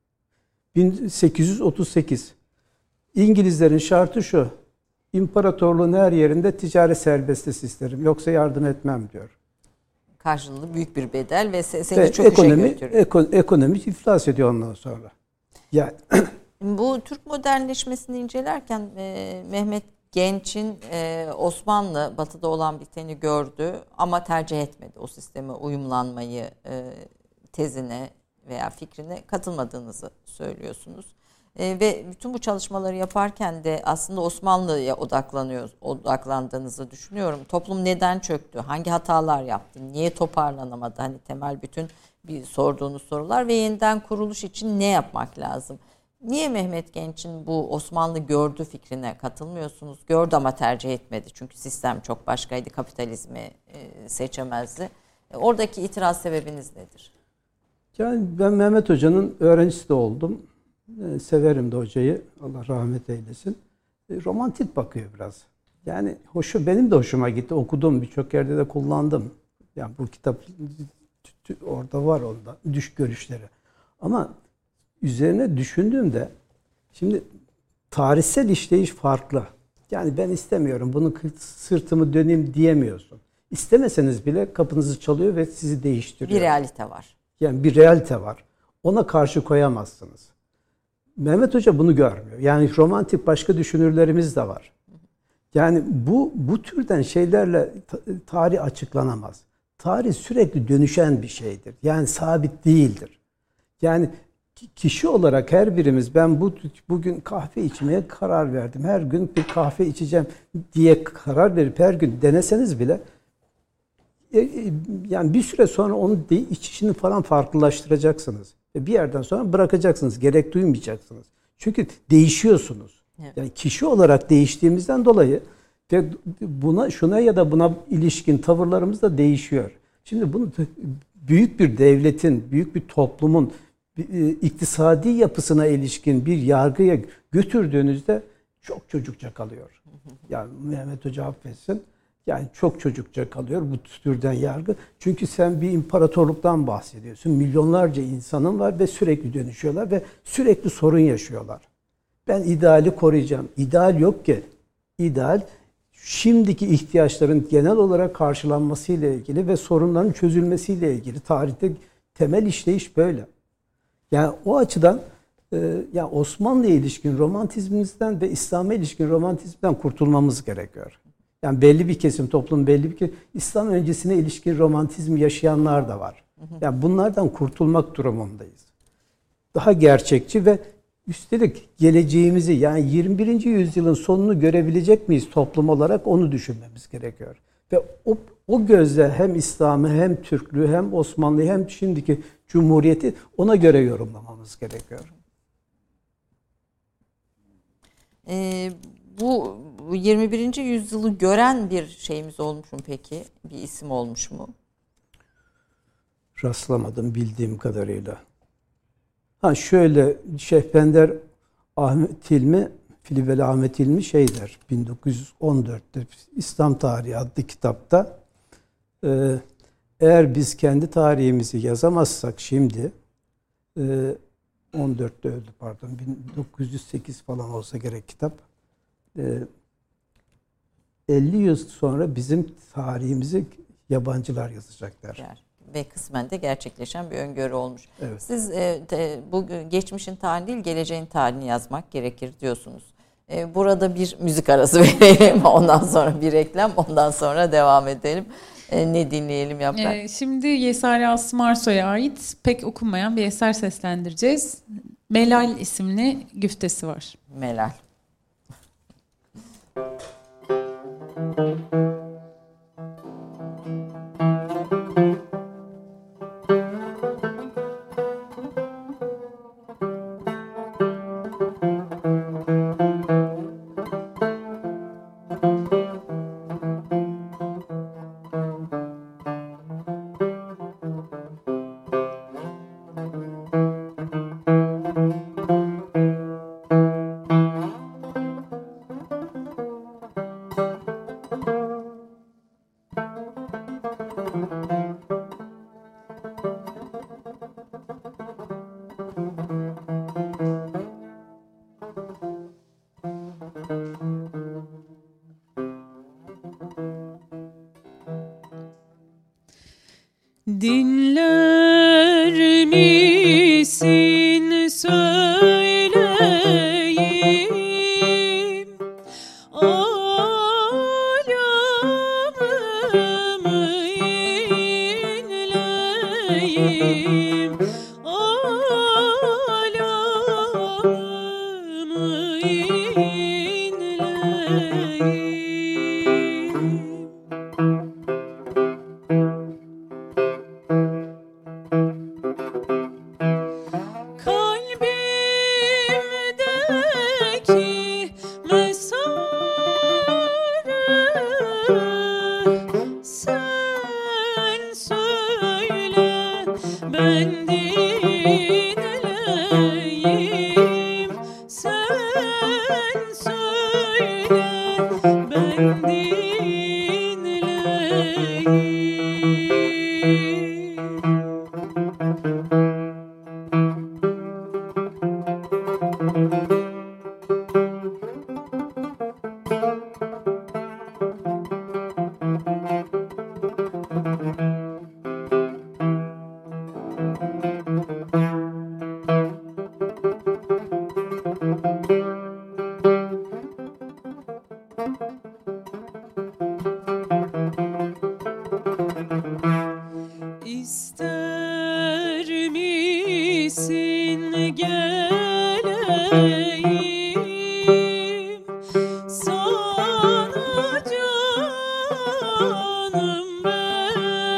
bin sekiz yüz otuz sekiz. İngilizlerin şartı şu: İmparatorluğun her yerinde ticaret serbestisi isterim. Yoksa yardım etmem diyor. Karşılığı büyük bir bedel ve seni ve çok ekonomi, işe götürüyor. Eko, ekonomi iflas ediyor ondan sonra. Yani bu Türk modernleşmesini incelerken e, Mehmet Genç'in e, Osmanlı batıda olan biteni gördü ama tercih etmedi. O sisteme uyumlanmayı e, tezine veya fikrine katılmadığınızı söylüyorsunuz. E, ve bütün bu çalışmaları yaparken de aslında Osmanlı'ya odaklanıyor, odaklandığınızı düşünüyorum. Toplum neden çöktü? Hangi hatalar yaptı? Niye toparlanamadı? Hani temel bütün bir sorduğunuz sorular ve yeniden kuruluş için ne yapmak lazım? Niye Mehmet Genç'in bu Osmanlı gördü fikrine katılmıyorsunuz? Gördü ama tercih etmedi. Çünkü sistem çok başkaydı. Kapitalizmi e, seçemezdi. E, oradaki itiraz sebebiniz nedir? Yani ben Mehmet Hoca'nın öğrencisi de oldum. E, severim de hocayı. Allah rahmet eylesin. E, romantik bakıyor biraz. Yani hoşu, benim de hoşuma gitti. Okudum. Birçok yerde de kullandım. Yani bu kitap orada var onda. Düş görüşleri. Ama üzerine düşündüğümde şimdi tarihsel işleyiş farklı. Yani ben istemiyorum, bunu sırtımı döneyim diyemiyorsun. İstemeseniz bile kapınızı çalıyor ve sizi değiştiriyor. Bir realite var. Yani bir realite var. Ona karşı koyamazsınız. Mehmet Hoca bunu görmüyor. Yani romantik başka düşünürlerimiz de var. Yani bu bu türden şeylerle tarih açıklanamaz. Tarih sürekli dönüşen bir şeydir. Yani sabit değildir. Yani kişi olarak her birimiz, ben bu bugün kahve içmeye karar verdim, her gün bir kahve içeceğim diye karar verip her gün deneseniz bile yani bir süre sonra onun de, iç içini falan farklılaştıracaksınız. Ve bir yerden sonra bırakacaksınız. Gerek duymayacaksınız. Çünkü değişiyorsunuz. Evet. Yani kişi olarak değiştiğimizden dolayı ve buna şuna ya da buna ilişkin tavırlarımız da değişiyor. Şimdi bunu büyük bir devletin, büyük bir toplumun iktisadi yapısına ilişkin bir yargıya götürdüğünüzde çok çocukça kalıyor. Yani Mehmet Hoca affetsin. Yani çok çocukça kalıyor bu türden yargı. Çünkü sen bir imparatorluktan bahsediyorsun. Milyonlarca insanın var ve sürekli dönüşüyorlar ve sürekli sorun yaşıyorlar. Ben ideali koruyacağım. İdeal yok ki. İdeal şimdiki ihtiyaçların genel olarak karşılanmasıyla ilgili ve sorunların çözülmesiyle ilgili. Tarihte temel işleyiş böyle. Yani o açıdan e, ya Osmanlı'ya ilişkin romantizmimizden ve İslam'a ilişkin romantizmden kurtulmamız gerekiyor. Yani belli bir kesim, toplum belli bir kesim, İslam öncesine ilişkin romantizm yaşayanlar da var. Yani bunlardan kurtulmak durumundayız. Daha gerçekçi ve üstelik geleceğimizi, yani yirmi birinci yüzyılın sonunu görebilecek miyiz toplum olarak, onu düşünmemiz gerekiyor. Ve o, o gözle hem İslam'ı hem Türklüğü hem Osmanlı'yı hem şimdiki Cumhuriyeti ona göre yorumlamamız gerekiyor. Ee, bu yirmi birinci yüzyılı gören bir şeyimiz olmuş mu peki? Bir isim olmuş mu? Rastlamadım bildiğim kadarıyla. Ha şöyle, Şehbender Ahmet İlmi, Filibeli Ahmet İlmi şey der, bin dokuz yüz on dörtte İslam Tarihi adlı kitapta, e, eğer biz kendi tarihimizi yazamazsak şimdi, e, on dörtte öldü pardon, bin dokuz yüz sekiz falan olsa gerek kitap, e, elli yıl sonra bizim tarihimizi yabancılar yazacaklar. Ve kısmen de gerçekleşen bir öngörü olmuş. Evet. Siz e, de, bu geçmişin tarihini değil, geleceğin tarihini yazmak gerekir diyorsunuz. E, burada bir müzik arası verelim, ondan sonra bir reklam, ondan sonra devam edelim. E, ne dinleyelim Yaprak? E, şimdi Yesari Asım Arsoy'a ait pek okunmayan bir eser seslendireceğiz. Melal isimli güftesi var. Melal. Dinler misin söyleyeyim, alamımı inleyeyim, alamımı inleyeyim. İster misin geleyim sana canım ben?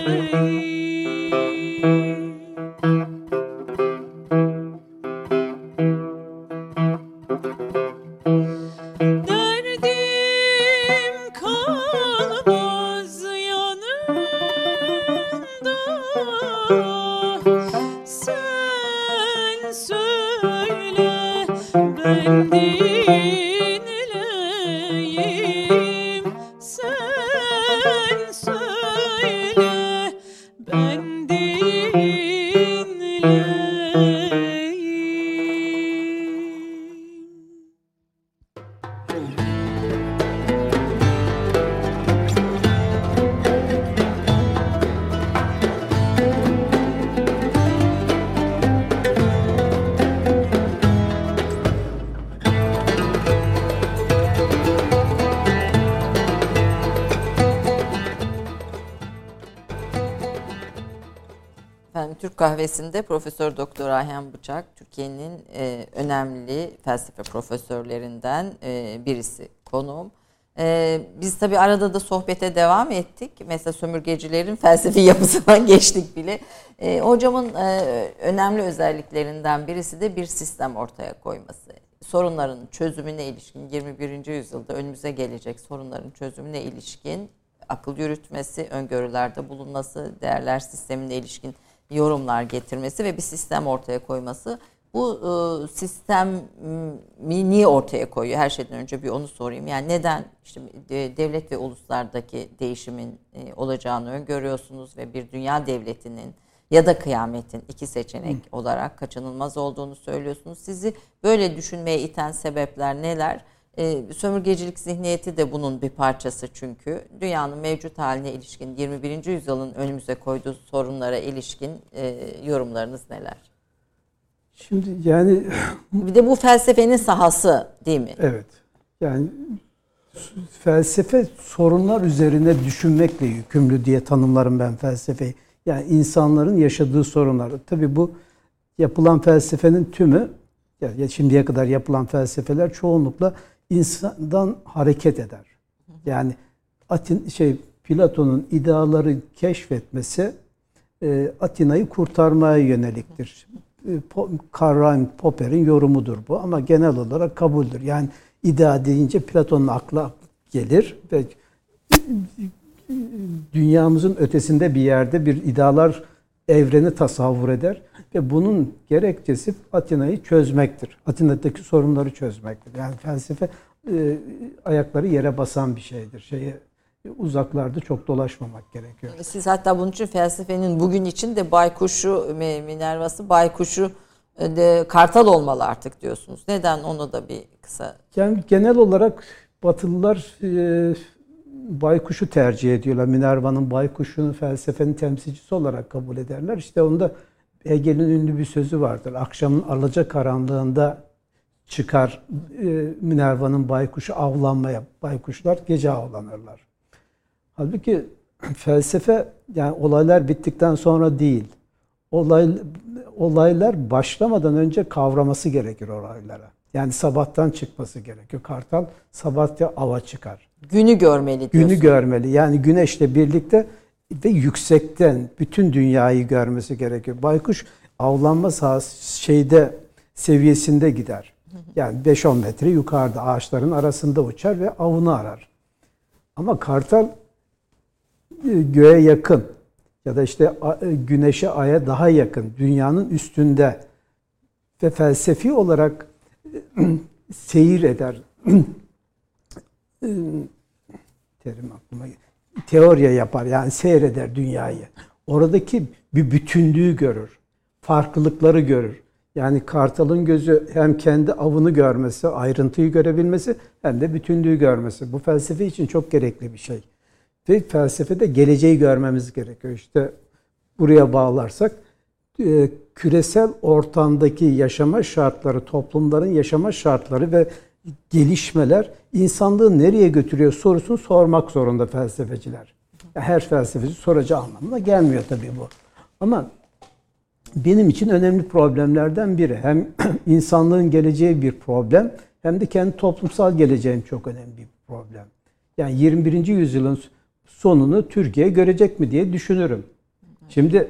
Türk Kahvesi'nde Profesör Doktor Ayhan Bıçak, Türkiye'nin e, önemli felsefe profesörlerinden e, birisi konuğum. E, biz tabii arada da sohbete devam ettik. Mesela sömürgecilerin felsefi yapısından geçtik bile. E, hocamın e, önemli özelliklerinden birisi de bir sistem ortaya koyması. Sorunların çözümüne ilişkin, yirmi birinci yüzyılda önümüze gelecek sorunların çözümüne ilişkin akıl yürütmesi, öngörülerde bulunması, değerler sistemine ilişkin yorumlar getirmesi ve bir sistem ortaya koyması. Bu e, sistemi niye ortaya koyuyor? Her şeyden önce bir onu sorayım. Yani neden işte devlet ve uluslardaki değişimin e, olacağını öngörüyorsunuz ve bir dünya devletinin ya da kıyametin iki seçenek Hı. olarak kaçınılmaz olduğunu söylüyorsunuz. Sizi böyle düşünmeye iten sebepler neler? E, sömürgecilik zihniyeti de bunun bir parçası çünkü. Dünyanın mevcut haline ilişkin yirmi birinci yüzyılın önümüze koyduğu sorunlara ilişkin e, yorumlarınız neler? Şimdi yani... Bir de bu felsefenin sahası değil mi? Evet. Yani felsefe sorunlar üzerine düşünmekle yükümlü diye tanımlarım ben felsefeyi. Yani insanların yaşadığı sorunlar. Tabii bu yapılan felsefenin tümü, yani şimdiye kadar yapılan felsefeler çoğunlukla insandan hareket eder. Yani Atin şey Platon'un ideaları keşfetmesi e, Atina'yı kurtarmaya yöneliktir. E, Karl Popper'in yorumudur bu ama genel olarak kabuldür. Yani idea deyince Platon'un akla gelir ve dünyamızın ötesinde bir yerde bir idealar evreni tasavvur eder ve bunun gerekçesi Atina'yı çözmektir. Atina'daki sorunları çözmektir. Yani felsefe e, ayakları yere basan bir şeydir. Şeye uzaklarda çok dolaşmamak gerekiyor. Siz hatta bunun için felsefenin bugün için de baykuşu, Minerva'sı baykuşu de kartal olmalı artık diyorsunuz. Neden? Onu da bir kısa... Yani genel olarak Batılılar e, baykuşu tercih ediyorlar. Minerva'nın baykuşunu felsefenin temsilcisi olarak kabul ederler. İşte onda Hegel'in ünlü bir sözü vardır. Akşamın alacakaranlığında çıkar e, Minerva'nın baykuşu avlanmaya. Baykuşlar gece avlanırlar. Halbuki felsefe yani olaylar bittikten sonra değil. Olay, olaylar başlamadan önce kavraması gerekir olaylara. Yani sabahtan çıkması gerekiyor. Kartal sabahta ava çıkar. Günü görmeli diyorsun. Günü görmeli. Yani güneşle birlikte ve yüksekten bütün dünyayı görmesi gerekiyor. Baykuş avlanma sahası şeyde seviyesinde gider. Yani beş on metre yukarıda ağaçların arasında uçar ve avını arar. Ama kartal göğe yakın ya da işte güneşe, aya daha yakın, dünyanın üstünde ve felsefi olarak seyir eder. Terim aklıma teoriye yapar yani seyreder dünyayı. Oradaki bir bütünlüğü görür. Farklılıkları görür. Yani kartalın gözü hem kendi avını görmesi, ayrıntıyı görebilmesi hem de bütünlüğü görmesi. Bu felsefe için çok gerekli bir şey. Ve felsefede geleceği görmemiz gerekiyor. İşte buraya bağlarsak küresel ortamdaki yaşama şartları, toplumların yaşama şartları ve gelişmeler insanlığı nereye götürüyor sorusunu sormak zorunda felsefeciler. Her felsefeci soracağı anlamına gelmiyor tabii bu. Ama benim için önemli problemlerden biri. Hem insanlığın geleceği bir problem hem de kendi toplumsal geleceğim çok önemli bir problem. Yani yirmi birinci yüzyılın sonunu Türkiye görecek mi diye düşünürüm. Şimdi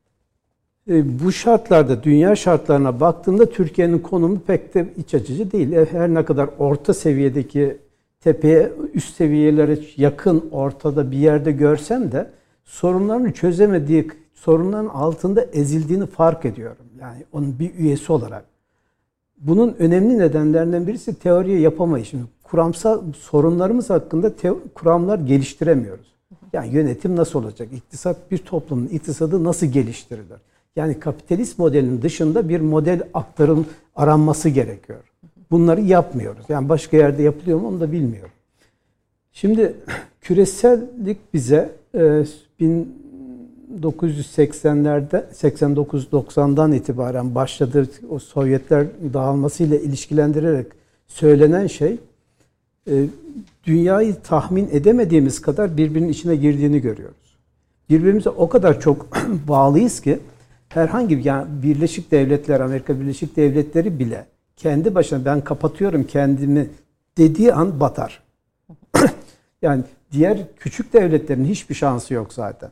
bu şartlarda, dünya şartlarına baktığımda Türkiye'nin konumu pek de iç açıcı değil. Her ne kadar orta seviyedeki tepeye, üst seviyelere yakın ortada bir yerde görsem de sorunlarını çözemediği, sorunların altında ezildiğini fark ediyorum. Yani onun bir üyesi olarak. Bunun önemli nedenlerinden birisi teoriye yapamayışımız. Kuramsal sorunlarımız hakkında teo- kuramlar geliştiremiyoruz. Yani yönetim nasıl olacak? İktisat, bir toplumun iktisadı nasıl geliştirilir? Yani kapitalist modelin dışında bir model aktarım aranması gerekiyor. Bunları yapmıyoruz. Yani başka yerde yapılıyor mu onu da bilmiyorum. Şimdi küresellik bize e, bin dokuz yüz seksenlerde seksen dokuz doksandan itibaren başladı, o Sovyetler dağılmasıyla ilişkilendirerek söylenen şey e, dünyayı tahmin edemediğimiz kadar birbirinin içine girdiğini görüyoruz. Birbirimize o kadar çok bağlıyız ki herhangi bir, yani Birleşik Devletler, Amerika Birleşik Devletleri bile kendi başına ben kapatıyorum kendimi dediği an batar. Yani diğer küçük devletlerin hiçbir şansı yok zaten.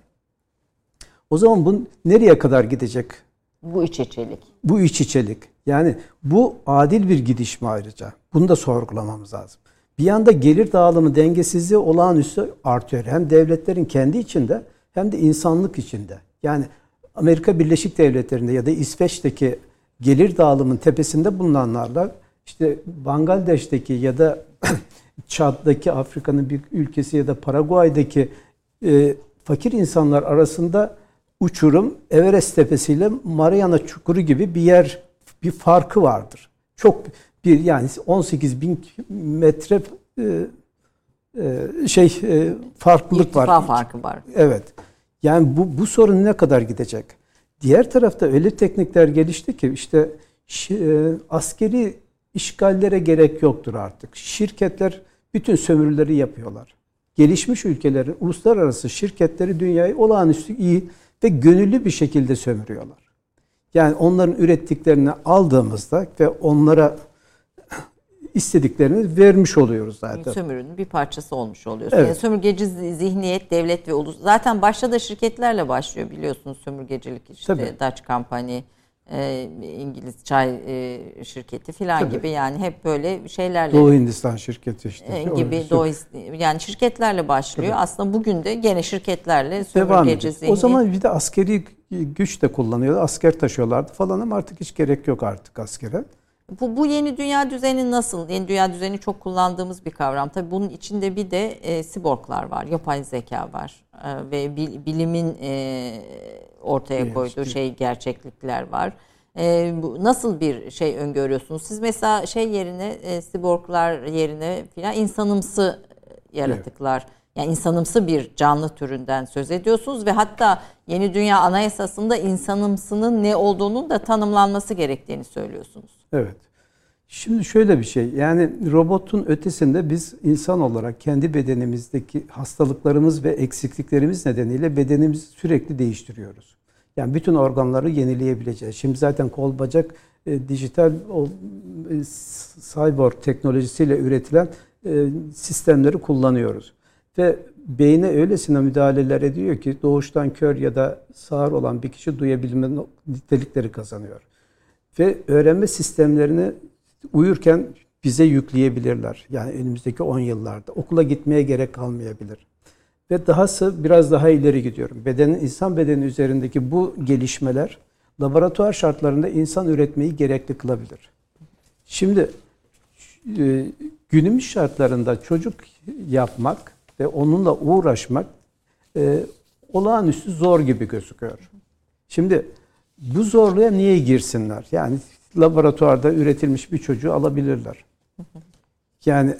O zaman bu nereye kadar gidecek? Bu iç içelik. Bu iç içelik. Yani bu adil bir gidiş mi ayrıca? Bunu da sorgulamamız lazım. Bir yanda gelir dağılımı dengesizliği olağanüstü artıyor. Hem devletlerin kendi içinde hem de insanlık içinde. Yani Amerika Birleşik Devletleri'nde ya da İsveç'teki gelir dağılımının tepesinde bulunanlarla işte Bangladeş'teki ya da Çad'daki Afrika'nın bir ülkesi ya da Paraguay'daki e, fakir insanlar arasında uçurum Everest tepesiyle Mariana Çukuru gibi bir yer, bir farkı vardır. Çok bir yani on sekiz bin metre e, e, şey e, farklılık İrtifa var. farkı var. Evet. Yani bu bu sorun ne kadar gidecek? Diğer tarafta öyle teknikler gelişti ki işte e, askeri işgallere gerek yoktur artık. Şirketler bütün sömürüleri yapıyorlar. Gelişmiş ülkelerin uluslararası şirketleri dünyayı olağanüstü iyi ve gönüllü bir şekilde sömürüyorlar. Yani onların ürettiklerini aldığımızda ve onlara istediklerini vermiş oluyoruz zaten. Sömürünün bir parçası olmuş oluyoruz. Evet. Yani sömürgeci zihniyet, devlet ve ulus. Zaten başta da şirketlerle başlıyor biliyorsunuz sömürgecilik işte. Tabii. Dutch Company, e, İngiliz çay e, şirketi falan Tabii. gibi yani hep böyle şeylerle. Doğu Hindistan şirketi işte. E, gibi Doğu, yani şirketlerle başlıyor. Tabii. Aslında bugün de gene şirketlerle sömürgeci zihniyet. O zaman bir de askeri güç de kullanıyorlar. Asker taşıyorlardı falan ama artık hiç gerek yok artık askere. Bu, bu yeni dünya düzeni nasıl? Yeni dünya düzeni çok kullandığımız bir kavram. Tabii bunun içinde bir de e, siborglar var, yapay zeka var e, ve bil, bilimin e, ortaya evet, koyduğu işte. şey gerçeklikler var. E, bu, nasıl bir şey öngörüyorsunuz? Siz mesela şey yerine, e, siborglar yerine filan insanımsı yaratıklar, evet. yani insanımsı bir canlı türünden söz ediyorsunuz ve hatta Yeni Dünya Anayasası'nda insanımsının ne olduğunun da tanımlanması gerektiğini söylüyorsunuz. Evet. Şimdi şöyle bir şey. Yani robotun ötesinde biz insan olarak kendi bedenimizdeki hastalıklarımız ve eksikliklerimiz nedeniyle bedenimizi sürekli değiştiriyoruz. Yani bütün organları yenileyebileceğiz. Şimdi zaten kol, bacak, e, dijital o, e, cyborg teknolojisiyle üretilen e, sistemleri kullanıyoruz. Ve beyne öylesine müdahaleler ediyor ki doğuştan kör ya da sağır olan bir kişi duyabilme nitelikleri kazanıyor. Ve öğrenme sistemlerini uyurken bize yükleyebilirler. Yani önümüzdeki on yıllarda. Okula gitmeye gerek kalmayabilir. Ve dahası biraz daha ileri gidiyorum. Bedenin, insan bedeni üzerindeki bu gelişmeler laboratuvar şartlarında insan üretmeyi gerekli kılabilir. Şimdi günümüz şartlarında çocuk yapmak ve onunla uğraşmak e, olağanüstü zor gibi gözüküyor. Şimdi bu zorluğa niye girsinler? Yani laboratuvarda üretilmiş bir çocuğu alabilirler. Yani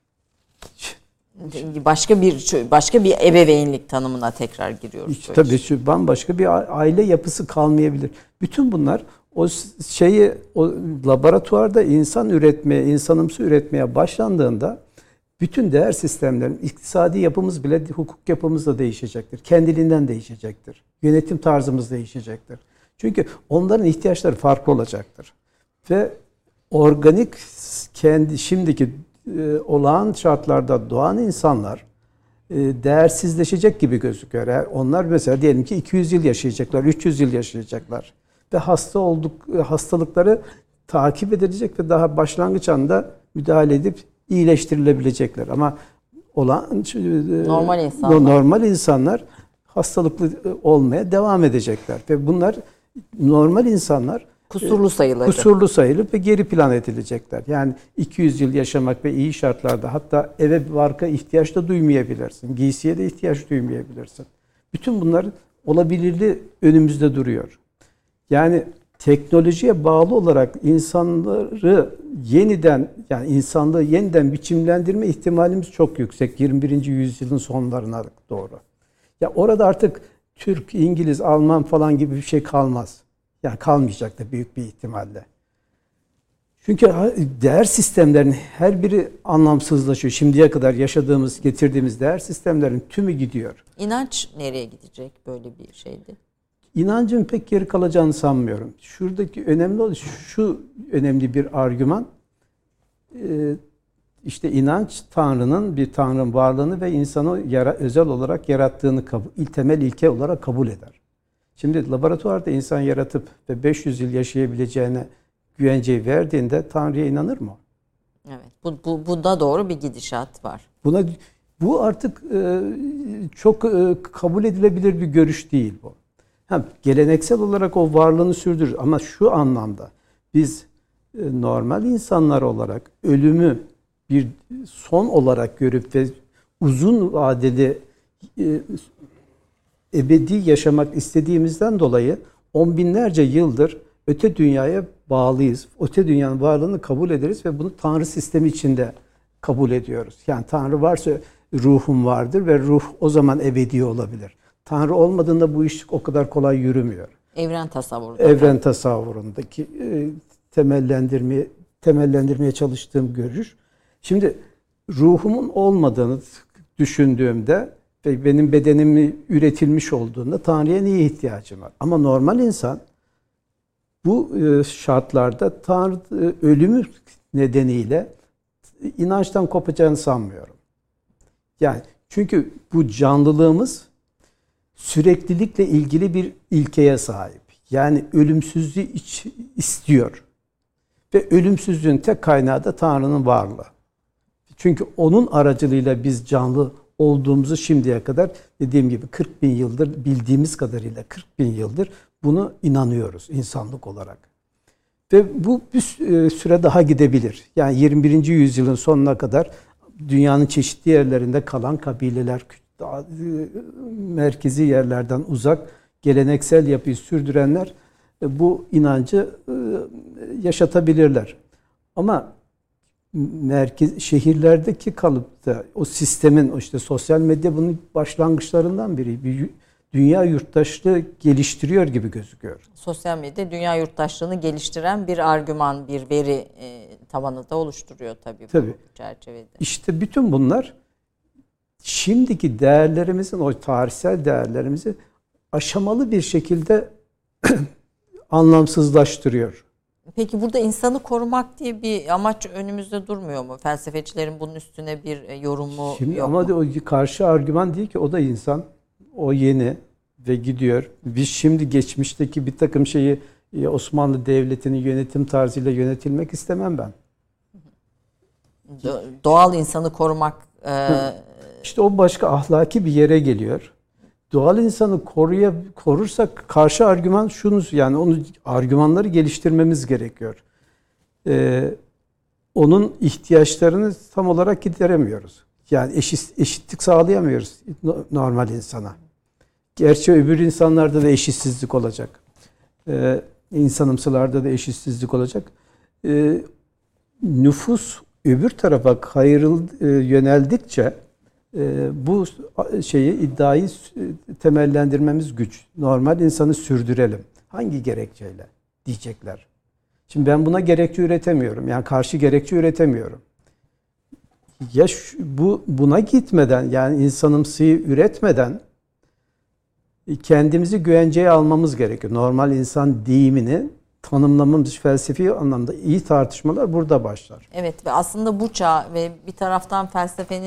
başka bir başka bir ebeveynlik tanımına tekrar giriyoruz. Hiç, tabii şu bambaşka bir aile yapısı kalmayabilir. Bütün bunlar o şeyi o laboratuvarda insan üretmeye, insanımsı üretmeye başlandığında bütün değer sistemlerin, iktisadi yapımız bile hukuk yapımız da değişecektir. Kendiliğinden değişecektir. Yönetim tarzımız değişecektir. Çünkü onların ihtiyaçları farklı olacaktır. Ve organik kendi şimdiki e, olağan şartlarda doğan insanlar değersizleşecek gibi gözüküyor. Yani onlar mesela diyelim ki iki yüz yıl yaşayacaklar, üç yüz yıl yaşayacaklar ve hasta olduk hastalıkları takip edilecek ve daha başlangıç anda müdahale edip iyileştirilebilecekler. Ama olan normal insanlar, normal insanlar hastalıklı olmaya devam edecekler ve bunlar normal insanlar kusurlu sayılacak. Kusurlu sayılıp ve geri plan edilecekler. Yani iki yüz yıl yaşamak ve iyi şartlarda, hatta eve barka ihtiyaç da duymayabilirsin. Giysiye de ihtiyaç duymayabilirsin. Bütün bunlar olabilirliği önümüzde duruyor. Yani teknolojiye bağlı olarak insanları yeniden, yani insanlığı yeniden biçimlendirme ihtimalimiz çok yüksek yirmi birinci yüzyılın sonlarına doğru. Ya orada artık Türk, İngiliz, Alman falan gibi bir şey kalmaz. Yani kalmayacak da büyük bir ihtimalle. Çünkü değer sistemlerinin her biri anlamsızlaşıyor. Şimdiye kadar yaşadığımız, getirdiğimiz değer sistemlerin tümü gidiyor. İnanç nereye gidecek böyle bir şeydi? İnancın pek geri kalacağını sanmıyorum. Şuradaki önemli olan şu önemli bir argüman. İşte inanç Tanrı'nın, bir Tanrı'nın varlığını ve insanı yara, özel olarak yarattığını kabul, temel ilke olarak kabul eder. Şimdi laboratuvarda insan yaratıp ve beş yüz yıl yaşayabileceğine güvenceyi verdiğinde Tanrı'ya inanır mı? Evet. Bu, bu, bu da doğru bir gidişat var. Buna bu artık e, çok e, kabul edilebilir bir görüş değil bu. Hem geleneksel olarak o varlığını sürdürür ama şu anlamda biz e, normal insanlar olarak ölümü bir son olarak görüp ve uzun vadeli e, ebedi yaşamak istediğimizden dolayı on binlerce yıldır öte dünyaya bağlıyız. Öte dünyanın varlığını kabul ederiz ve bunu Tanrı sistemi içinde kabul ediyoruz. Yani Tanrı varsa ruhum vardır ve ruh o zaman ebedi olabilir. Tanrı olmadığında bu iş o kadar kolay yürümüyor. Evren tasavvuru. Evren tasavvurundaki e, temellendirmeye temellendirmeye çalıştığım görüş. Şimdi ruhumun olmadığını düşündüğümde ve benim bedenimi üretilmiş olduğunda Tanrı'ya niye ihtiyacım var? Ama normal insan bu şartlarda Tanrı ölümü nedeniyle inançtan kopacağını sanmıyorum. Yani çünkü bu canlılığımız süreklilikle ilgili bir ilkeye sahip. Yani ölümsüzlüğü iç, istiyor. Ve ölümsüzlüğün tek kaynağı da Tanrı'nın varlığı. Çünkü onun aracılığıyla biz canlı olduğumuzu şimdiye kadar dediğim gibi kırk bin yıldır bildiğimiz kadarıyla kırk bin yıldır bunu inanıyoruz insanlık olarak. Ve bu bir süre daha gidebilir. Yani yirmi birinci yüzyılın sonuna kadar dünyanın çeşitli yerlerinde kalan kabileler, merkezi yerlerden uzak geleneksel yapıyı sürdürenler bu inancı yaşatabilirler. Ama merkez şehirlerdeki kalıp da o sistemin işte sosyal medya bunun başlangıçlarından biri. Bir dünya yurttaşlığı geliştiriyor gibi gözüküyor. Sosyal medya dünya yurttaşlığını geliştiren bir argüman, bir veri e, tabanı da oluşturuyor tabii, tabii bu çerçevede. İşte bütün bunlar şimdiki değerlerimizin, o tarihsel değerlerimizi aşamalı bir şekilde anlamsızlaştırıyor. Peki burada insanı korumak diye bir amaç önümüzde durmuyor mu? Felsefecilerin bunun üstüne bir yorumu Şimdi yok ama mu? o karşı argüman değil ki, o da insan. O yeni ve gidiyor. Biz şimdi geçmişteki bir takım şeyi Osmanlı Devleti'nin yönetim tarzıyla yönetilmek istemem ben. Doğal insanı korumak... E... İşte o başka ahlaki bir yere geliyor. Doğal insanı koruya, korursak karşı argüman şunu, yani onu argümanları geliştirmemiz gerekiyor. Ee, onun ihtiyaçlarını tam olarak gideremiyoruz. Yani eşit, eşitlik sağlayamıyoruz normal insana. Gerçi öbür insanlarda da eşitsizlik olacak. Ee, insanımsılarda da eşitsizlik olacak. Ee, nüfus öbür tarafa hayırıl e, yöneldikçe e, bu şeyi iddiayı temellendirmemiz güç. Normal insanı sürdürelim. Hangi gerekçeyle diyecekler. Şimdi ben buna gerekçe üretemiyorum. Yani karşı gerekçe üretemiyorum. Ya şu, bu buna gitmeden, yani insanımsıyı üretmeden kendimizi güvenceye almamız gerekiyor. Normal insan deyimini tanımlamamız felsefi anlamda iyi tartışmalar burada başlar. Evet ve aslında bu çağ ve bir taraftan felsefenin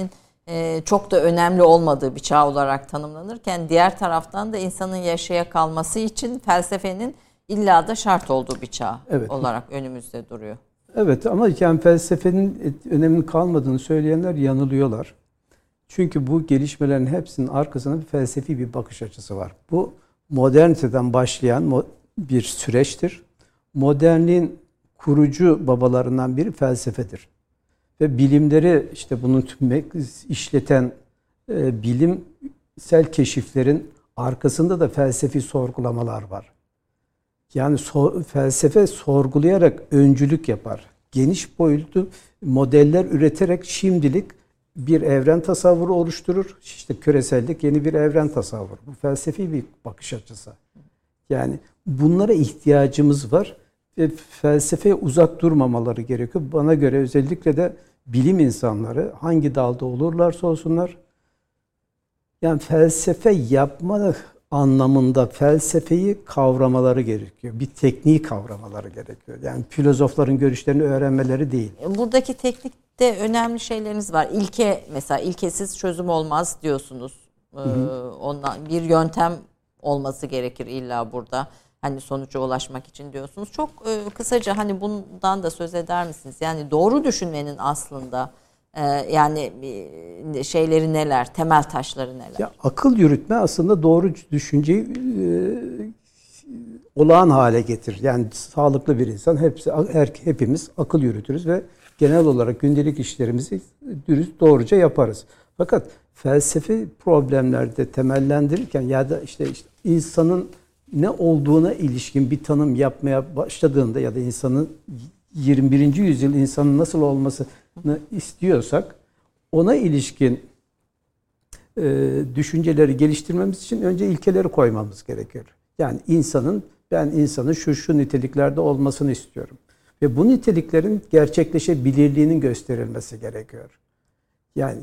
e, çok da önemli olmadığı bir çağ olarak tanımlanırken diğer taraftan da insanın yaşaya kalması için felsefenin illa da şart olduğu bir çağ evet. olarak önümüzde duruyor. Evet ama yani felsefenin öneminin kalmadığını söyleyenler yanılıyorlar. Çünkü bu gelişmelerin hepsinin arkasında bir felsefi bir bakış açısı var. Bu moderniteden başlayan bir süreçtir. Modernliğin kurucu babalarından biri felsefedir. Ve bilimleri işte bunun işleten e, bilimsel keşiflerin arkasında da felsefi sorgulamalar var. Yani so, felsefe sorgulayarak öncülük yapar. Geniş boyutlu modeller üreterek şimdilik bir evren tasavvuru oluşturur. İşte küresellik yeni bir evren tasavvuru. Bu felsefi bir bakış açısı. Yani bunlara ihtiyacımız var ve felsefeye uzak durmamaları gerekiyor. Bana göre özellikle de bilim insanları hangi dalda olurlarsa olsunlar yani felsefe yapma anlamında felsefeyi kavramaları gerekiyor. Bir tekniği kavramaları gerekiyor. Yani filozofların görüşlerini öğrenmeleri değil. Buradaki teknikte önemli şeyleriniz var. İlke mesela ilkesiz çözüm olmaz diyorsunuz. Ee, hı hı. Ondan bir yöntem olması gerekir illa burada. Hani sonuca ulaşmak için diyorsunuz. Çok e, kısaca hani bundan da söz eder misiniz? Yani doğru düşünmenin aslında e, yani e, şeyleri neler, temel taşları neler? Ya, akıl yürütme aslında doğru düşünceyi e, olağan hale getirir. Yani sağlıklı bir insan hepsi her, hepimiz akıl yürütürüz ve genel olarak gündelik işlerimizi dürüst doğruca yaparız. Fakat felsefi problemlerde temellendirirken ya da işte, işte insanın ne olduğuna ilişkin bir tanım yapmaya başladığında ya da insanın yirmi birinci yüzyıl insanın nasıl olmasını istiyorsak ona ilişkin e, düşünceleri geliştirmemiz için önce ilkeleri koymamız gerekiyor. Yani insanın ben insanın şu şu niteliklerde olmasını istiyorum. Ve bu niteliklerin gerçekleşebilirliğinin gösterilmesi gerekiyor. Yani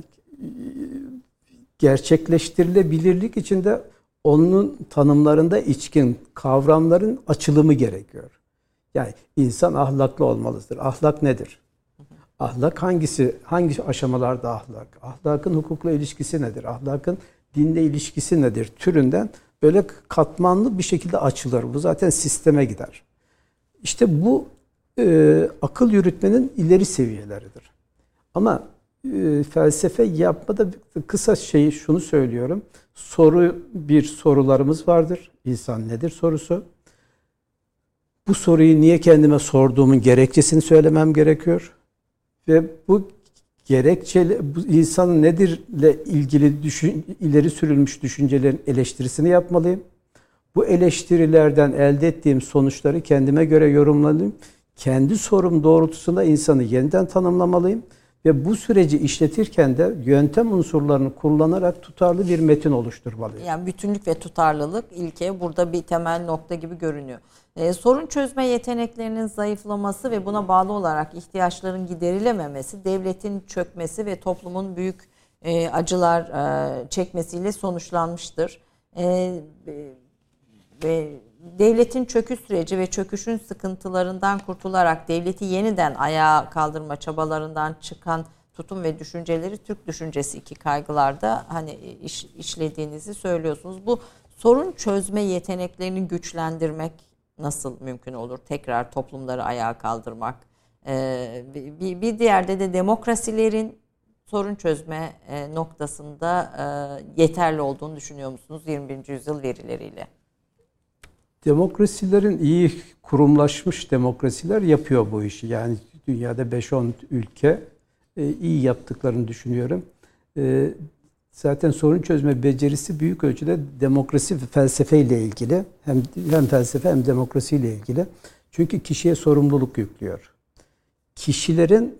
gerçekleştirilebilirlik içinde onun tanımlarında içkin kavramların açılımı gerekiyor. Yani insan ahlaklı olmalıdır. Ahlak nedir? Ahlak hangisi, hangi aşamalarda ahlak? Ahlakın hukukla ilişkisi nedir? Ahlakın dinle ilişkisi nedir? Türünden böyle katmanlı bir şekilde açılır. Bu zaten sisteme gider. İşte bu e, akıl yürütmenin ileri seviyeleridir. Ama e, felsefe yapmada kısa şeyi şunu söylüyorum. Soru bir sorularımız vardır. İnsan nedir sorusu. Bu soruyu niye kendime sorduğumun gerekçesini söylemem gerekiyor. Ve bu gerekçeli bu insanın nedirle ilgili düşün, ileri sürülmüş düşüncelerin eleştirisini yapmalıyım. Bu eleştirilerden elde ettiğim sonuçları kendime göre yorumlayayım. Kendi sorum doğrultusunda insanı yeniden tanımlamalıyım. Ve bu süreci işletirken de yöntem unsurlarını kullanarak tutarlı bir metin oluşturmalıyım. Yani bütünlük ve tutarlılık ilke burada bir temel nokta gibi görünüyor. Ee, sorun çözme yeteneklerinin zayıflaması ve buna bağlı olarak ihtiyaçların giderilememesi, devletin çökmesi ve toplumun büyük e, acılar e, çekmesiyle sonuçlanmıştır. E, ve devletin çöküş süreci ve çöküşün sıkıntılarından kurtularak devleti yeniden ayağa kaldırma çabalarından çıkan tutum ve düşünceleri Türk düşüncesi iki kaygılarda hani iş, işlediğinizi söylüyorsunuz. Bu sorun çözme yeteneklerini güçlendirmek nasıl mümkün olur? Tekrar toplumları ayağa kaldırmak. Ee, bir, bir diğerde de demokrasilerin sorun çözme e, noktasında e, yeterli olduğunu düşünüyor musunuz yirmi birinci yüzyıl verileriyle? Demokrasilerin iyi kurumlaşmış demokrasiler yapıyor bu işi. Yani dünyada beş on ülke iyi yaptıklarını düşünüyorum. Zaten sorun çözme becerisi büyük ölçüde demokrasi ve felsefeyle ilgili. Hem hem felsefe hem demokrasiyle ilgili. Çünkü kişiye sorumluluk yüklüyor. Kişilerin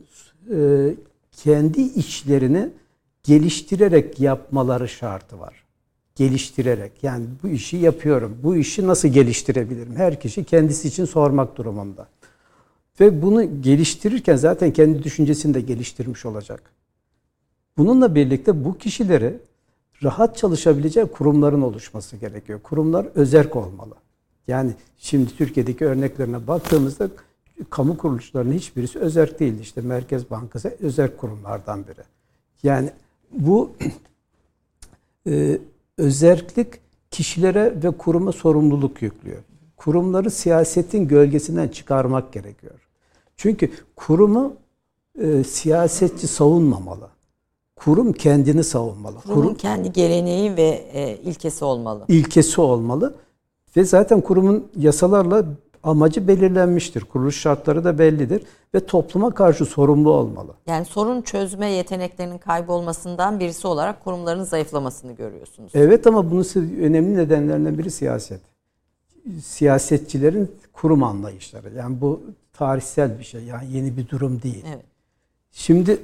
kendi içlerini geliştirerek yapmaları şartı var. Geliştirerek. Yani bu işi yapıyorum. Bu işi nasıl geliştirebilirim? Her kişi kendisi için sormak durumunda. Ve bunu geliştirirken zaten kendi düşüncesini de geliştirmiş olacak. Bununla birlikte bu kişileri rahat çalışabileceği kurumların oluşması gerekiyor. Kurumlar özerk olmalı. Yani şimdi Türkiye'deki örneklerine baktığımızda kamu kuruluşlarının hiçbirisi özerk değildi. İşte Merkez Bankası özerk kurumlardan biri. Yani bu e, özerklik kişilere ve kuruma sorumluluk yüklüyor. Kurumları siyasetin gölgesinden çıkarmak gerekiyor. Çünkü kurumu e, siyasetçi savunmamalı. Kurum kendini savunmalı. Kurumun Kurum kendi geleneği ve e, ilkesi olmalı. İlkesi olmalı. Ve zaten kurumun yasalarla amacı belirlenmiştir. Kuruluş şartları da bellidir. Ve topluma karşı sorumlu olmalı. Yani sorun çözme yeteneklerinin kaybolmasından birisi olarak kurumların zayıflamasını görüyorsunuz. Evet, ama bunun önemli nedenlerinden biri siyaset. Siyasetçilerin kurum anlayışları. Yani bu tarihsel bir şey. Yani yeni bir durum değil. Evet. Şimdi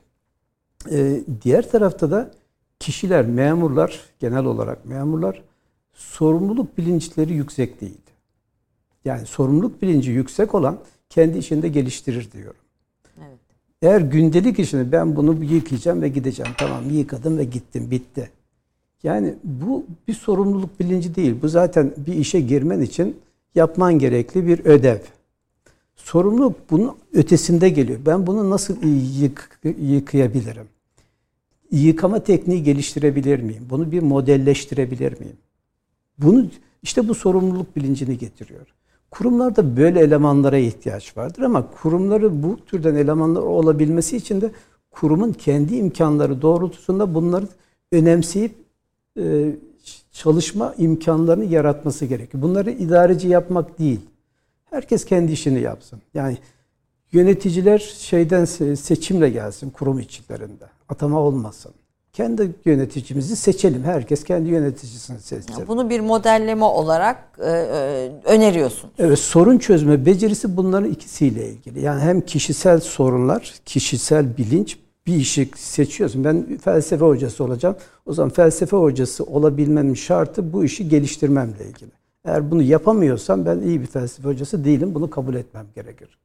diğer tarafta da kişiler, memurlar, genel olarak memurlar sorumluluk bilinçleri yüksek değil. Yani sorumluluk bilinci yüksek olan kendi işinde geliştirir diyorum. Evet. Eğer gündelik işini ben bunu yıkayacağım ve gideceğim. Tamam, yıkadım ve gittim, bitti. Yani bu bir sorumluluk bilinci değil. Bu zaten bir işe girmen için yapman gerekli bir ödev. Sorumluluk bunun ötesinde geliyor. Ben bunu nasıl yık, yıkayabilirim? Yıkama tekniği geliştirebilir miyim? Bunu bir modelleştirebilir miyim? Bunu işte bu sorumluluk bilincini getiriyor. Kurumlarda böyle elemanlara ihtiyaç vardır ama kurumları bu türden elemanlar olabilmesi için de kurumun kendi imkanları doğrultusunda bunları önemseyip e, çalışma imkanlarını yaratması gerekiyor. Bunları idareci yapmak değil. Herkes kendi işini yapsın. Yani yöneticiler şeyden seçimle gelsin kurum içlerinde. Atama olmasın. Kendi yöneticimizi seçelim. Herkes kendi yöneticisini seçsin. Yani bunu bir modelleme olarak e, e, öneriyorsun. Evet, sorun çözme becerisi bunların ikisiyle ilgili. Yani hem kişisel sorunlar, kişisel bilinç, bir işi seçiyorsun. Ben felsefe hocası olacağım. O zaman felsefe hocası olabilmemin şartı bu işi geliştirmemle ilgili. Eğer bunu yapamıyorsam ben iyi bir felsefe hocası değilim. Bunu kabul etmem gerekir.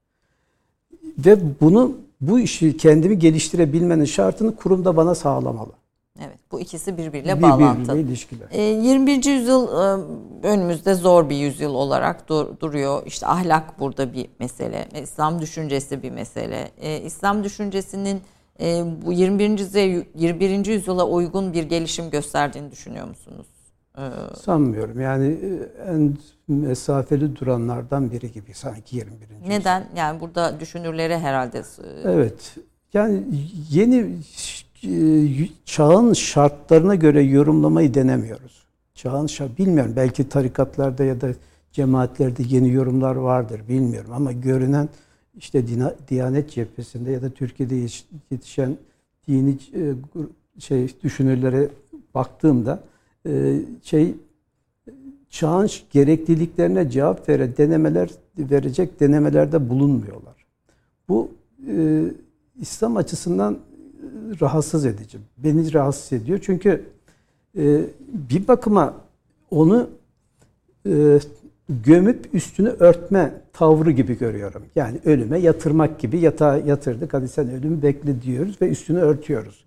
Ve bunu bu işi kendimi geliştirebilmenin şartını kurumda bana sağlamalı. Evet, bu ikisi birbiriyle Bir, bağlantılı. birbiriyle ilişkili. E, yirmi birinci yüzyıl e, önümüzde zor bir yüzyıl olarak dur, duruyor. İşte ahlak burada bir mesele, İslam düşüncesi bir mesele. E, İslam düşüncesinin e, bu yirmi birinci yirmi birinci yüzyıla uygun bir gelişim gösterdiğini düşünüyor musunuz? E, Sanmıyorum. Yani en mesafeli duranlardan biri gibi sanki yirmi birinci Neden? Yani burada düşünürlere herhalde. Evet. Yani yeni çağın şartlarına göre yorumlamayı denemiyoruz. Çağın şart, bilmiyorum. Belki tarikatlarda ya da cemaatlerde yeni yorumlar vardır. Bilmiyorum ama görünen işte Diyanet cephesinde ya da Türkiye'de yetişen dini şey düşünürlere baktığımda şey çağın gerekliliklerine cevap vere denemeler verecek denemelerde bulunmuyorlar. Bu e, İslam açısından rahatsız edici. Beni rahatsız ediyor. Çünkü e, bir bakıma onu e, gömüp üstünü örtme tavrı gibi görüyorum. Yani ölüme yatırmak gibi yatağa yatırdık. Hadi sen ölümü bekle diyoruz ve üstünü örtüyoruz.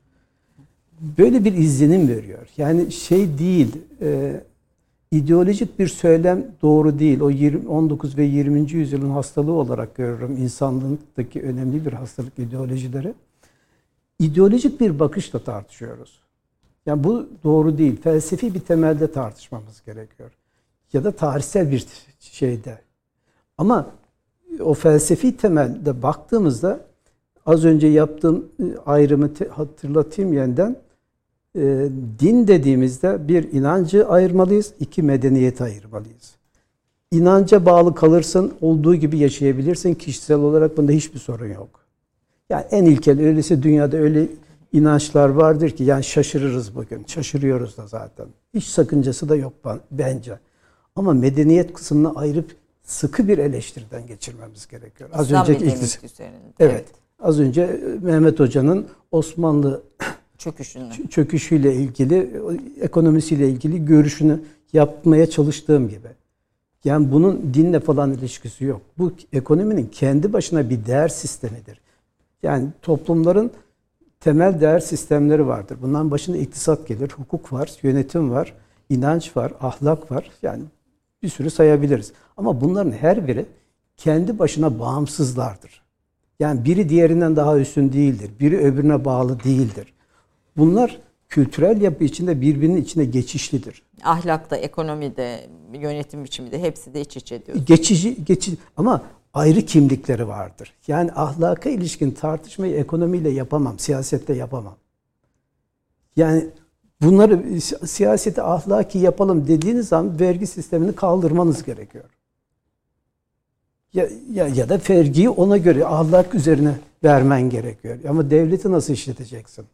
Böyle bir izlenim veriyor. Yani şey değil, e, ideolojik bir söylem doğru değil. O yirmi, on dokuz ve yirminci yüzyılın hastalığı olarak görüyorum insanlığındaki önemli bir hastalık ideolojileri. İdeolojik bir bakışla tartışıyoruz. Yani bu doğru değil. Felsefi bir temelde tartışmamız gerekiyor. Ya da tarihsel bir şeyde. Ama o felsefi temelde baktığımızda az önce yaptığım ayrımı hatırlatayım yeniden. E, din dediğimizde bir inancı ayırmalıyız, iki medeniyeti ayırmalıyız. İnanca bağlı kalırsın, olduğu gibi yaşayabilirsin. Kişisel olarak bunda hiçbir sorun yok. Yani en ilkel öyleyse dünyada öyle inançlar vardır ki yani şaşırırız bugün. Şaşırıyoruz da zaten. Hiç sakıncası da yok bence. Ama medeniyet kısmını ayırıp sıkı bir eleştiriden geçirmemiz gerekiyor. Az İslam önceki medeniyeti üzerinde. Evet. Evet. Az önce Mehmet Hoca'nın Osmanlı çöküşünü. çöküşüyle ilgili, ekonomisiyle ilgili görüşünü yapmaya çalıştığım gibi. Yani bunun dinle falan ilişkisi yok. Bu ekonominin kendi başına bir değer sistemidir. Yani toplumların temel değer sistemleri vardır. Bunların başında iktisat gelir, hukuk var, yönetim var, inanç var, ahlak var. Yani bir sürü sayabiliriz. Ama bunların her biri kendi başına bağımsızlardır. Yani biri diğerinden daha üstün değildir. Biri öbürüne bağlı değildir. Bunlar kültürel yapı içinde birbirinin içine geçişlidir. Ahlakta, ekonomide, yönetim biçimi de hepsi de iç içe diyoruz. Geçici, geçici ama ayrı kimlikleri vardır. Yani ahlaka ilişkin tartışmayı ekonomiyle yapamam, siyasetle yapamam. Yani bunları siyaseti ahlaki yapalım dediğiniz zaman vergi sistemini kaldırmanız gerekiyor. Ya, ya, ya da vergiyi ona göre ahlak üzerine vermen gerekiyor. Ama devleti nasıl işleteceksin?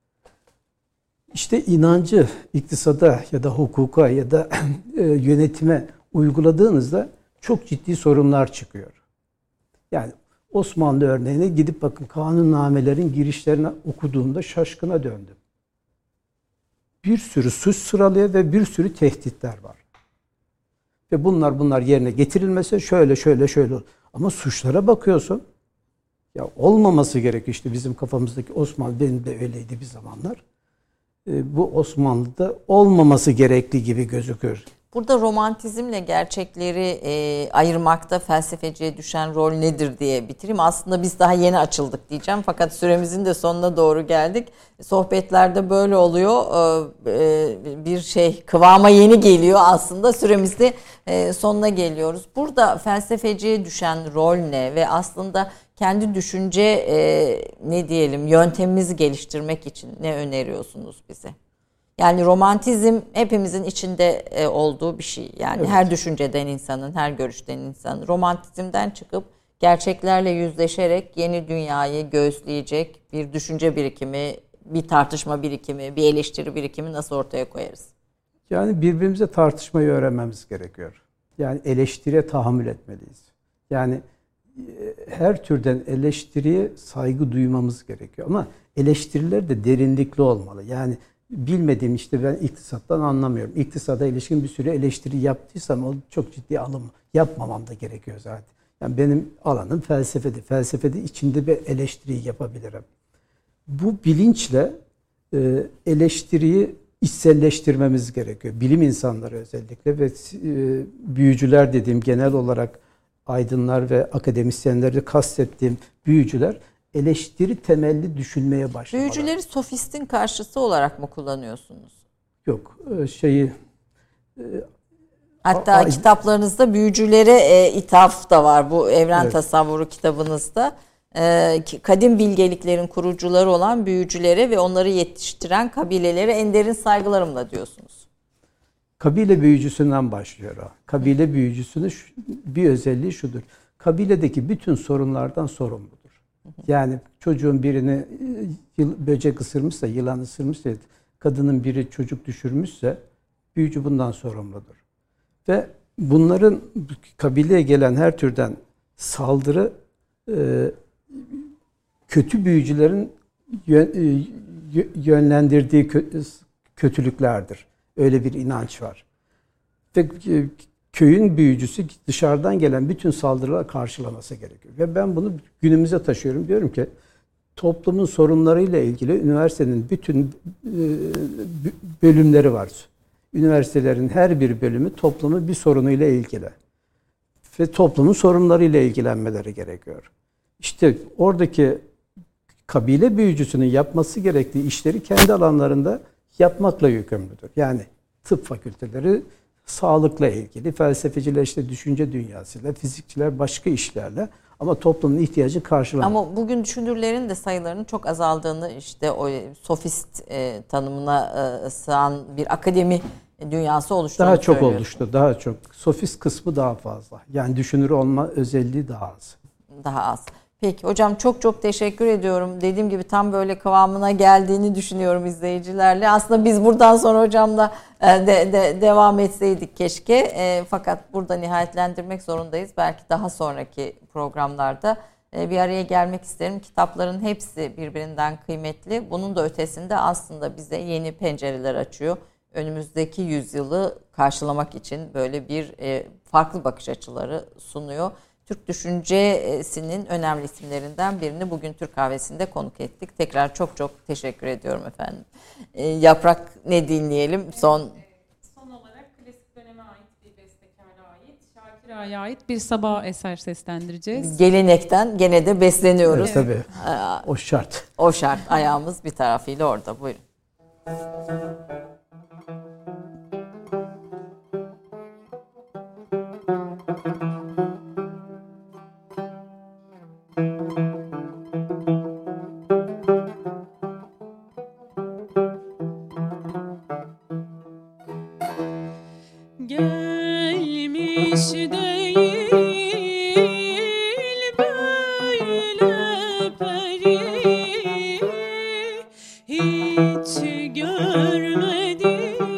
İşte inancı iktisada ya da hukuka ya da yönetime uyguladığınızda çok ciddi sorunlar çıkıyor. Yani Osmanlı örneğine gidip bakın, kanunnamelerin girişlerini okuduğumda şaşkına döndüm. Bir sürü suç sıralıyor ve bir sürü tehditler var. Ve bunlar bunlar yerine getirilmese şöyle şöyle şöyle. Ama suçlara bakıyorsun. Ya olmaması gerekiyor işte bizim kafamızdaki Osmanlı, benim de öyleydi bir zamanlar. E, bu Osmanlı'da olmaması gerektiği gibi gözüküyor. Burada romantizmle gerçekleri e, ayırmakta felsefeciye düşen rol nedir diye bitireyim. Aslında biz daha yeni açıldık diyeceğim. Fakat süremizin de sonuna doğru geldik. Sohbetlerde böyle oluyor. E, bir şey kıvama yeni geliyor aslında. Süremizde e, sonuna geliyoruz. Burada felsefeciye düşen rol ne? Ve aslında kendi düşünce e, ne diyelim yöntemimizi geliştirmek için ne öneriyorsunuz bize? Yani romantizm hepimizin içinde olduğu bir şey. Yani evet. Her düşünceden insanın, her görüşten insanın romantizmden çıkıp gerçeklerle yüzleşerek yeni dünyayı göğüsleyecek bir düşünce birikimi, bir tartışma birikimi, bir eleştiri birikimi nasıl ortaya koyarız? Yani birbirimize tartışmayı öğrenmemiz gerekiyor. Yani eleştiriye tahammül etmeliyiz. Yani her türden eleştiriye saygı duymamız gerekiyor. Ama eleştiriler de derinlikli olmalı. Yani bilmediğim işte ben iktisattan anlamıyorum. İktisada ilişkin bir sürü eleştiri yaptıysam o çok ciddi alım yapmamam da gerekiyor zaten. Yani benim alanım felsefedir. Felsefede içinde bir eleştiriyi yapabilirim. Bu bilinçle e, eleştiriyi içselleştirmemiz gerekiyor. Bilim insanları özellikle ve e, büyücüler dediğim genel olarak aydınlar ve akademisyenleri kastettiğim büyücüler eleştiri temelli düşünmeye başlamalı. Büyücüleri sofistin karşısı olarak mı kullanıyorsunuz? Yok, şeyi... Hatta a, kitaplarınızda büyücülere e, ithaf da var bu Evren evet. Tasavvuru kitabınızda. E, kadim bilgeliklerin kurucuları olan büyücülere ve onları yetiştiren kabilelere en derin saygılarımla diyorsunuz. Kabile büyücüsünden başlıyor o. Kabile büyücüsünün bir özelliği şudur. Kabiledeki bütün sorunlardan sorumludur. Yani çocuğun birini böcek ısırmışsa, yılan ısırmışsa, kadının biri çocuk düşürmüşse büyücü bundan sorumludur. Ve bunların kabileye gelen her türden saldırı kötü büyücülerin yönlendirdiği kötülüklerdir. Öyle bir inanç var. Ve köyün büyücüsü dışarıdan gelen bütün saldırılara karşılaması gerekiyor. Ve ben bunu günümüze taşıyorum. Diyorum ki toplumun sorunlarıyla ilgili üniversitenin bütün bölümleri var. Üniversitelerin her bir bölümü toplumun bir sorunuyla ilgili. Ve toplumun sorunlarıyla ilgilenmeleri gerekiyor. İşte oradaki kabile büyücüsünün yapması gerektiği işleri kendi alanlarında yapmakla yükümlüdür. Yani tıp fakülteleri sağlıkla ilgili, felsefeciler işte düşünce dünyasıyla, fizikçiler başka işlerle ama toplumun ihtiyacı karşılanıyor. Ama bugün düşünürlerin de sayılarının çok azaldığını işte o sofist e, tanımına e, sığan bir akademi dünyası oluştuğunu daha çok söylüyor. oluştu, daha çok. Sofist kısmı daha fazla. Yani düşünür olma özelliği daha az. Daha az. Peki hocam çok çok teşekkür ediyorum. Dediğim gibi tam böyle kıvamına geldiğini düşünüyorum izleyicilerle. Aslında biz buradan sonra hocamla de, de, devam etseydik keşke. E, fakat burada nihayetlendirmek zorundayız. Belki daha sonraki programlarda e, bir araya gelmek isterim. Kitapların hepsi birbirinden kıymetli. Bunun da ötesinde aslında bize yeni pencereler açıyor. Önümüzdeki yüzyılı karşılamak için böyle bir e, farklı bakış açıları sunuyor. Türk düşüncesinin önemli isimlerinden birini bugün Türk Kahvesi'nde konuk ettik. Tekrar çok çok teşekkür ediyorum efendim. E, Yaprak ne dinleyelim? Son Son olarak klasik döneme ait bir bestekara ait, Şakir Ağa'ya ait bir sabah eser seslendireceğiz. Gelenekten gene de besleniyoruz. Evet, tabii. O şart. O şart. Ayağımız bir tarafıyla orada. Buyurun. Gelmiş değil böyle peri, hiç görmedim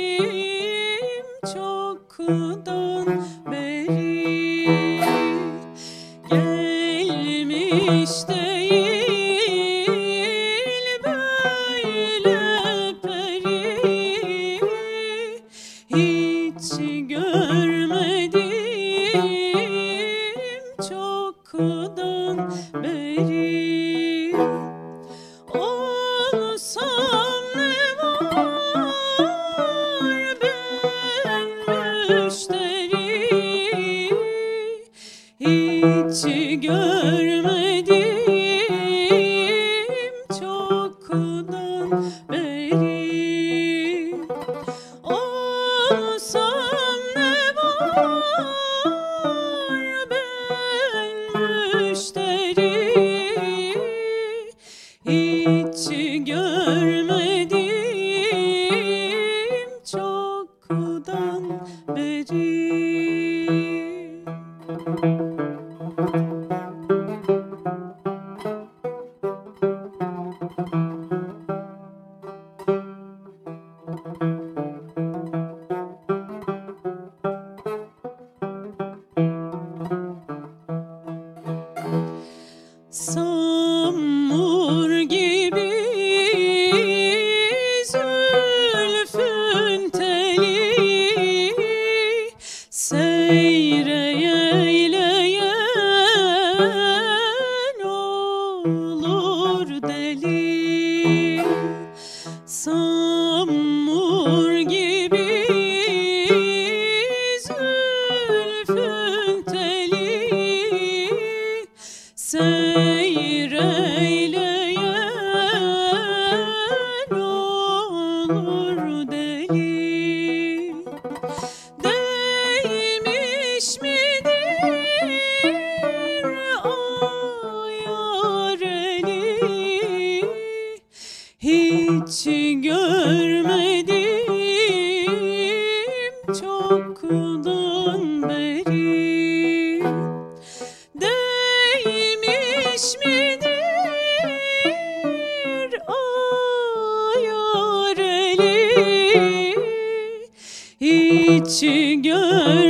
çoktan beri. Gelmiş değil böyle peri, hiç görmedim çoktan beri. Olsam ne var ben müşteri, hiç görmedim çoktan beri. Olsam ne var ben müşteri, hiç görmedim çoktan beri. Samur gibi zülfün teli, seyreyleyen olur deli. Samur gibi zülfün teli, seyreyleyen olur deli. Değmiş midir ayar eli, hiç görmedim çoktan beri. Değmiş midir ayar eli, hiç görmedim